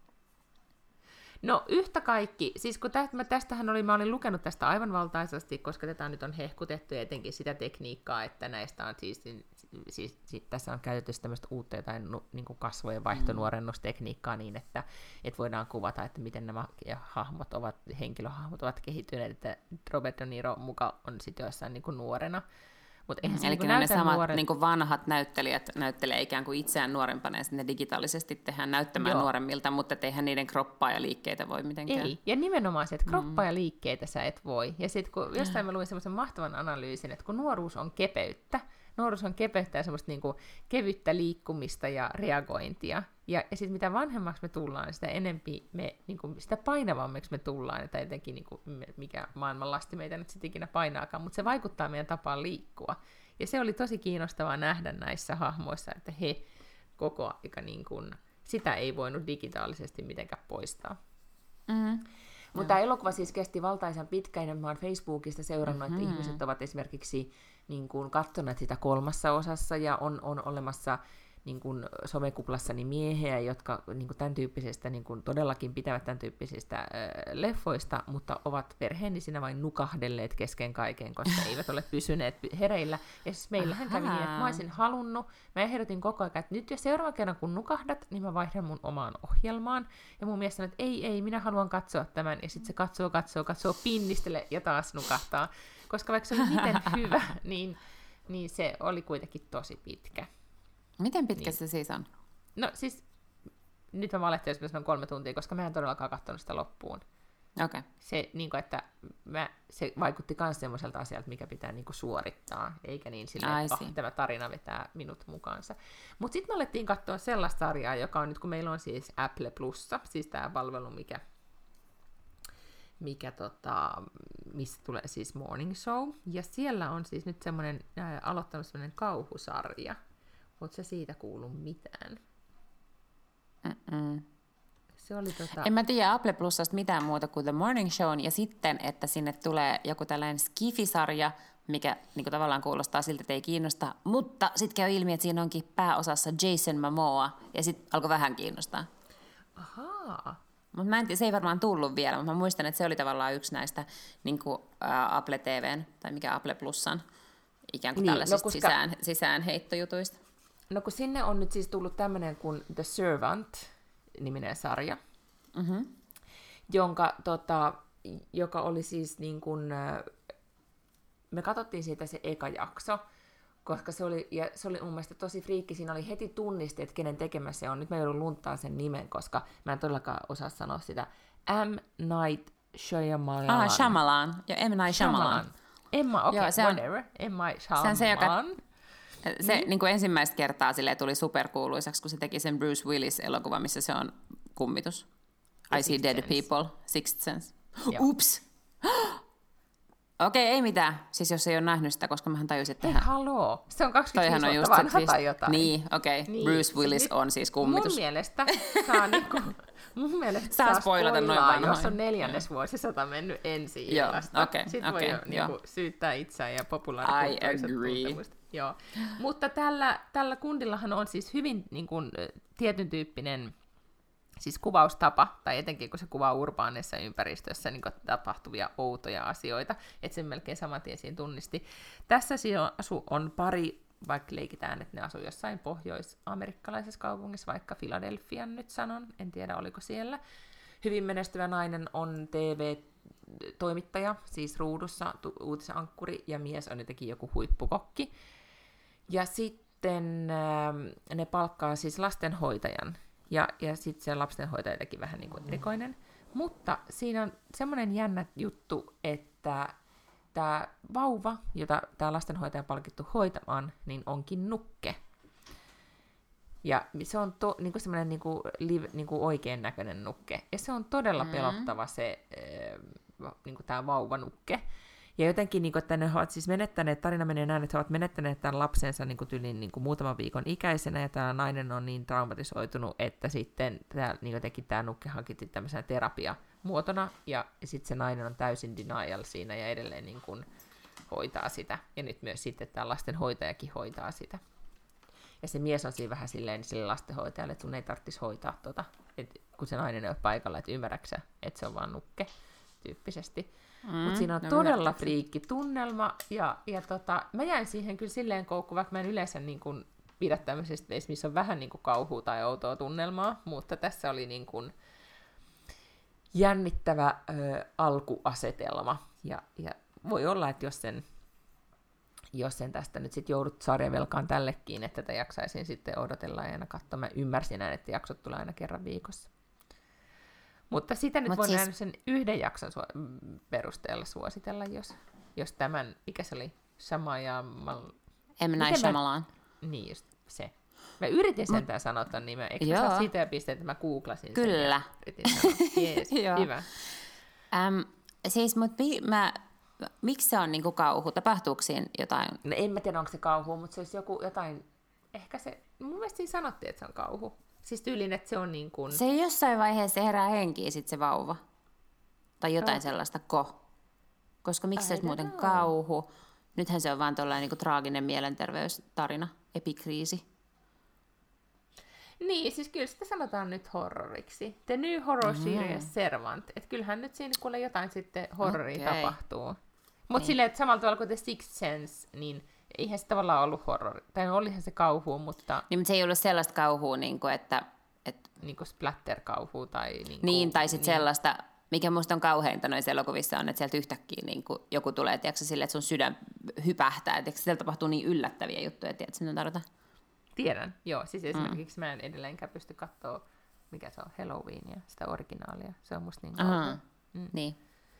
No yhtä kaikki, siis kun mä olin lukenut tästä aivan valtaisesti, koska tätä nyt on hehkutettu ja etenkin sitä tekniikkaa, että näistä on siis tässä on käytetty tämmöistä uutta jotain niin kuin kasvojen vaihtonuorennustekniikkaa niin, että voidaan kuvata, että miten nämä henkilöhahmot ovat kehittyneet, että Robert De Niro mukaan on sitten jossain niin kuin nuorena. Eli niin ne samat niin kuin vanhat näyttelijät näyttelee ikään kuin itseään nuorempana ja sitten ne digitaalisesti tehdään näyttämään nuoremmilta, mutta eihän niiden kroppaa ja liikkeitä voi mitenkään. Ei, ja nimenomaan se, että kroppaa ja liikkeitä sä et voi. Ja sitten kun jostain mä luin semmoisen mahtavan analyysin, että kun nuoruus on kepeyttä ja semmoista niin kuin kevyttä liikkumista ja reagointia. Ja sitten mitä vanhemmaksi me tullaan, sitä enempi niin kuin, sitä painavammiksi me tullaan, että etenkin niin kuin, mikä maailman lasti meitä nyt sitten ikinä painaakaan, mutta se vaikuttaa meidän tapaan liikkua. Ja se oli tosi kiinnostavaa nähdä näissä hahmoissa, että he koko aika niin kuin, sitä ei voinut digitaalisesti mitenkään poistaa. Mutta tämä elokuva siis kesti valtaisan pitkään, ja mä oon Facebookista seurannut, että ihmiset ovat esimerkiksi niin kuin katsoneet sitä 3. osassa, ja on olemassa niin kuin somekuplassani miehiä, jotka niin kuin tämän tyyppisestä, niin kuin todellakin pitävät tämän tyyppisistä leffoista, mutta ovat perheennisinä vain nukahdelleet kesken kaiken, koska eivät ole pysyneet hereillä. Ja siis meillähän kävi niin, että mä olisin halunnut, mä ehdotin koko ajan, että nyt jos seuraavan kerran kun nukahdat, niin mä vaihdan mun omaan ohjelmaan. Ja mun mielestä että ei, minä haluan katsoa tämän. Ja sitten se katsoo, pinnistele ja taas nukahtaa. Koska vaikka se oli miten hyvä, niin se oli kuitenkin tosi pitkä. Miten pitkä se siis on? No siis, nyt mä valehtelen, jos mä sanon 3 tuntia, koska mä en todellakaan katsonut sitä loppuun. Okay. Se, niin kuin, että se vaikutti myös semmoiselta asialta, mikä pitää niin kuin suorittaa, eikä niin silleen, että tämä tarina vetää minut mukaansa. Mutta sitten me alettiin katsoa sellaista sarjaa, joka on nyt, kun meillä on siis Apple Plussa, siis tämä palvelu, mistä tulee siis Morning Show, ja siellä on siis nyt semmoinen, aloittanut semmoinen kauhusarja. Oletko sä siitä kuullut mitään? Se oli En mä tiedä Apple Plusasta mitään muuta kuin The Morning Show, ja sitten, että sinne tulee joku tällainen Skifi-sarja, mikä niin tavallaan kuulostaa siltä, että ei kiinnosta, mutta sitten käy ilmi, että siinä onkin pääosassa Jason Momoa, ja sitten alkoi vähän kiinnostaa. Ahaa. Mutta mä en tiedä, se ei varmaan tullut vielä, mutta mä muistan, että se oli tavallaan yksi näistä niin kuin, Apple TVn, tai mikä Apple Plusan, ikään kuin tällaisista sisäänheittojutuista. No kun sinne on nyt siis tullut tämmöinen kuin The Servant-niminen sarja, joka oli siis niin kuin, me katsottiin siitä se eka jakso, koska se oli mun mielestä tosi friikki, siinä oli heti tunnisti, että kenen tekemä se on. Nyt mä joudun lunttaan sen nimen, koska mä en todellakaan osaa sanoa sitä. M. Night Shyamalan. Shyamalan. Ja M. Night Shyamalan. Whatever. M. Night Shyamalan. Se niin kuin ensimmäistä kertaa tuli superkuuluisaksi, kun se teki sen Bruce Willis-elokuva, missä se on kummitus. I See Dead People, Sixth Sense. Ups! Okei, ei mitään. Siis jos ei ole nähnyt sitä, koska mähän tajusin, että... Hei, haloo! Se on 25 vuotta vanha tai jotain. Niin, okei. Niin. Bruce Willis on siis kummitus. Mun mielestä saa niinku... Mun mielestä saa spoilata noin vanhoja. Jos on 4. vuosisata mennyt ensi-illasta. Sitten voi jo niinku syyttää itseään ja populaarikulttuuriset tuntemusta. Joo. Mutta tällä kundillahan on siis hyvin niin kuin, tietyn tyyppinen siis kuvaustapa, tai etenkin kun se kuvaa urbaaneissa ympäristössä niin tapahtuvia outoja asioita, että sen melkein saman tien siinä tunnisti. Tässä on pari, vaikka leikitään, että ne asuu jossain pohjois-amerikkalaisessa kaupungissa, vaikka Philadelphian nyt sanon, en tiedä oliko siellä. Hyvin menestyvä nainen on TV-toimittaja, siis ruudussa uutisankkuri, ja mies on jotenkin joku huippukokki. Ja sitten ne palkkaa siis lastenhoitajan, ja sitten se lastenhoitaja teki vähän niin kuin erikoinen. Mutta siinä on semmoinen jännä juttu, että tämä vauva, jota tämä lastenhoitaja on palkittu hoitamaan, niin onkin nukke. Ja se on niinku semmoinen niinku oikein näköinen nukke. Ja se on todella pelottava se niinku tämä vauvanukke. Ja jotenkin, niin kuin, että ne ovat siis menettäneet, tarina menee näin, että he ovat menettäneet tämän lapsensa niin kuin tyliin niin kuin muutaman viikon ikäisenä, ja tämä nainen on niin traumatisoitunut, että sitten niin jotenkin tämä nukke hankittiin tämmöisenä terapiamuotona, ja sitten se nainen on täysin denial siinä, ja edelleen niin kuin hoitaa sitä. Ja nyt myös sitten tämä lastenhoitajakin hoitaa sitä. Ja se mies on siinä vähän silleen sille lastenhoitajalle, että sun ei tarvitsisi hoitaa kun se nainen ei ole paikalla, että ymmärräksä, että se on vaan nukke tyyppisesti. Mutta siinä on todella friikki tunnelma, ja mä jäin siihen kyllä silleen koukkuun, vaikka mä en yleensä niin kuin pidä tämmöisestä veistä, missä on vähän niin kuin kauhua tai outoa tunnelmaa, mutta tässä oli niin kuin jännittävä alkuasetelma, ja voi olla, että jos sen tästä nyt sitten joudut sarjavelkaan tällekin, että tätä jaksaisin sitten odotella ja aina katsoa. Mä ymmärsin näin, että jaksot tulee aina kerran viikossa. Mutta sitä nyt voin siis sen yhden jakson perusteella suositella, jos tämän, mikä se oli, M. Night Shyamalan. Niin, just se. Mä yritin sentään sanoa ton nimen, eikö mä saa siitä pisteet, että mä googlasin sen. Kyllä. Jees, hyvä. Siis, mutta miksi se on niinku kauhu? Tapahtuuko siinä jotain? No en mä tiedä, onko se kauhu, mutta se olisi jotain, ehkä se, mun mielestä siinä sanottiin, että se on kauhu. Siis tyylin, että se on niin kuin... Se jossain vaiheessa herää henkiin sit se vauva. Tai jotain sellaista Koska miksi se olisi muuten kauhu? Nythän se on vaan tollainen niin kuin traaginen mielenterveystarina, epikriisi. Niin, siis kyllä sitä sanotaan nyt horroriksi. The New Horror Series Servant. Että kyllähän nyt siinä kuule jotain sitten horroria tapahtuu. Mutta niin. Silleen, että samalla tavalla kuin The Sixth Sense, niin eihän se tavallaan ollut horrori. Tai olihan se kauhu, mutta... Niin, mutta se ei ollut sellaista kauhua, niin kuin, että... Niin kuin splatter-kauhua tai... Niin, tai sitten sellaista, mikä musta on kauheinta noissa elokuvissa on, että sieltä yhtäkkiä niin kuin joku tulee, tiedätkö, silleen, että sun sydän hypähtää. Tiedätkö, siellä tapahtuu niin yllättäviä juttuja, tiedätkö, mitä tarvitaan? Tiedän, joo. Siis esimerkiksi mä en edelleenkään pysty katsoa, mikä se on, Halloweenia, sitä originaalia. Se on musta niin kauhea. Niin.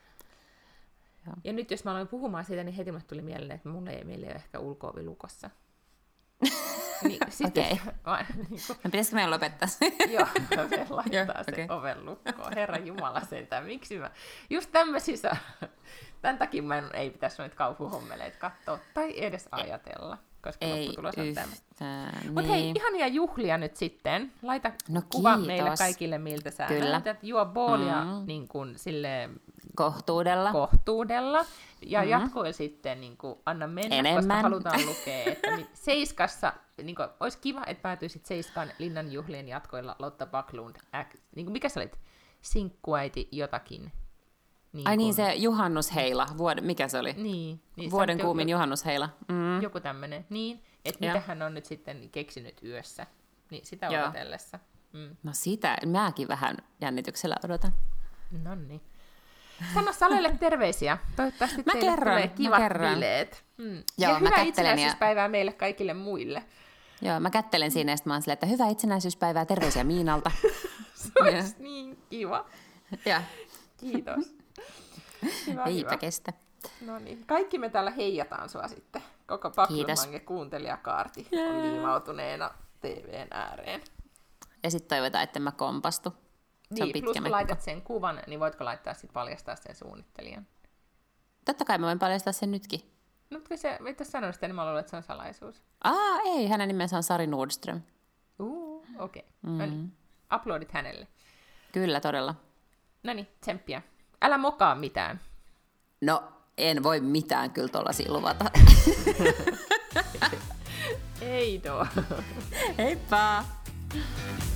Joo. Ja nyt jos mä aloin puhumaan siitä, niin heti mulle tuli mieleen, että mulla ei meillä ole ehkä ulko-ovi lukossa. Niin, okei. No pitäisikö meidän lopettaa se? Joo, me laittaa se oven lukkoon. Herra Jumala sentään, miksi mä... Just tämmöisissä... Tämän takia mä ei pitäisi noita kauhuhommeleita katsoa tai edes ajatella, koska lopputulos on tämmöistä. Mutta hei, ihania juhlia nyt sitten. Laita kuva meille kaikille, miltä sä näytät. Juo boolia niin kuin silleen... Kohtuudella. Ja jatkoilla sitten niin kuin, anna mennä, enemmän. Koska halutaan lukea, että Seiskassa, niin kuin, olisi kiva, että päätyisit Seiskan Linnanjuhlien jatkoilla Lotta Backlund, niin kuin, mikä sä olit? Sinkkuäiti jotakin. Niin ai niin, se juhannusheila, mikä se oli? Niin vuoden kuumin juhannusheila. Joku tämmöinen, niin, että mitä hän on nyt sitten keksinyt yössä, niin sitä odotellessa. No sitä, mäkin vähän jännityksellä odotan. Noniin. Sano Salelle terveisiä. Toivottavasti teille tulee kivat bileet. Joo, ja hyvää itsenäisyyspäivää meille kaikille muille. Joo, mä kättelen siinä ja mä oon silleen, että hyvää itsenäisyyspäivää, terveisiä Miinalta. Se olisi niin kiva. Ja. Kiitos. Eipä kestä. No niin, kaikki me täällä heijataan sua sitten. Koko Paklumange kuuntelijakaarti on liimautuneena TVn ääreen. Ja sitten toivotaan, että mä kompastu. Niin, plus kun laitat sen kuvan, niin voitko laittaa sitten paljastaa sen suunnittelijan? Totta kai mä voin paljastaa sen nytkin. No, mutta se sanoa sitä, niin mä luulen, että se on salaisuus. Ei, hänen nimensä on Sari Nordström. Okei. No niin, uploadit hänelle. Kyllä, todella. Noniin, tsemppiä. Älä mokaa mitään. No, en voi mitään kyllä tollasia luvata. Ei doo. Heippa!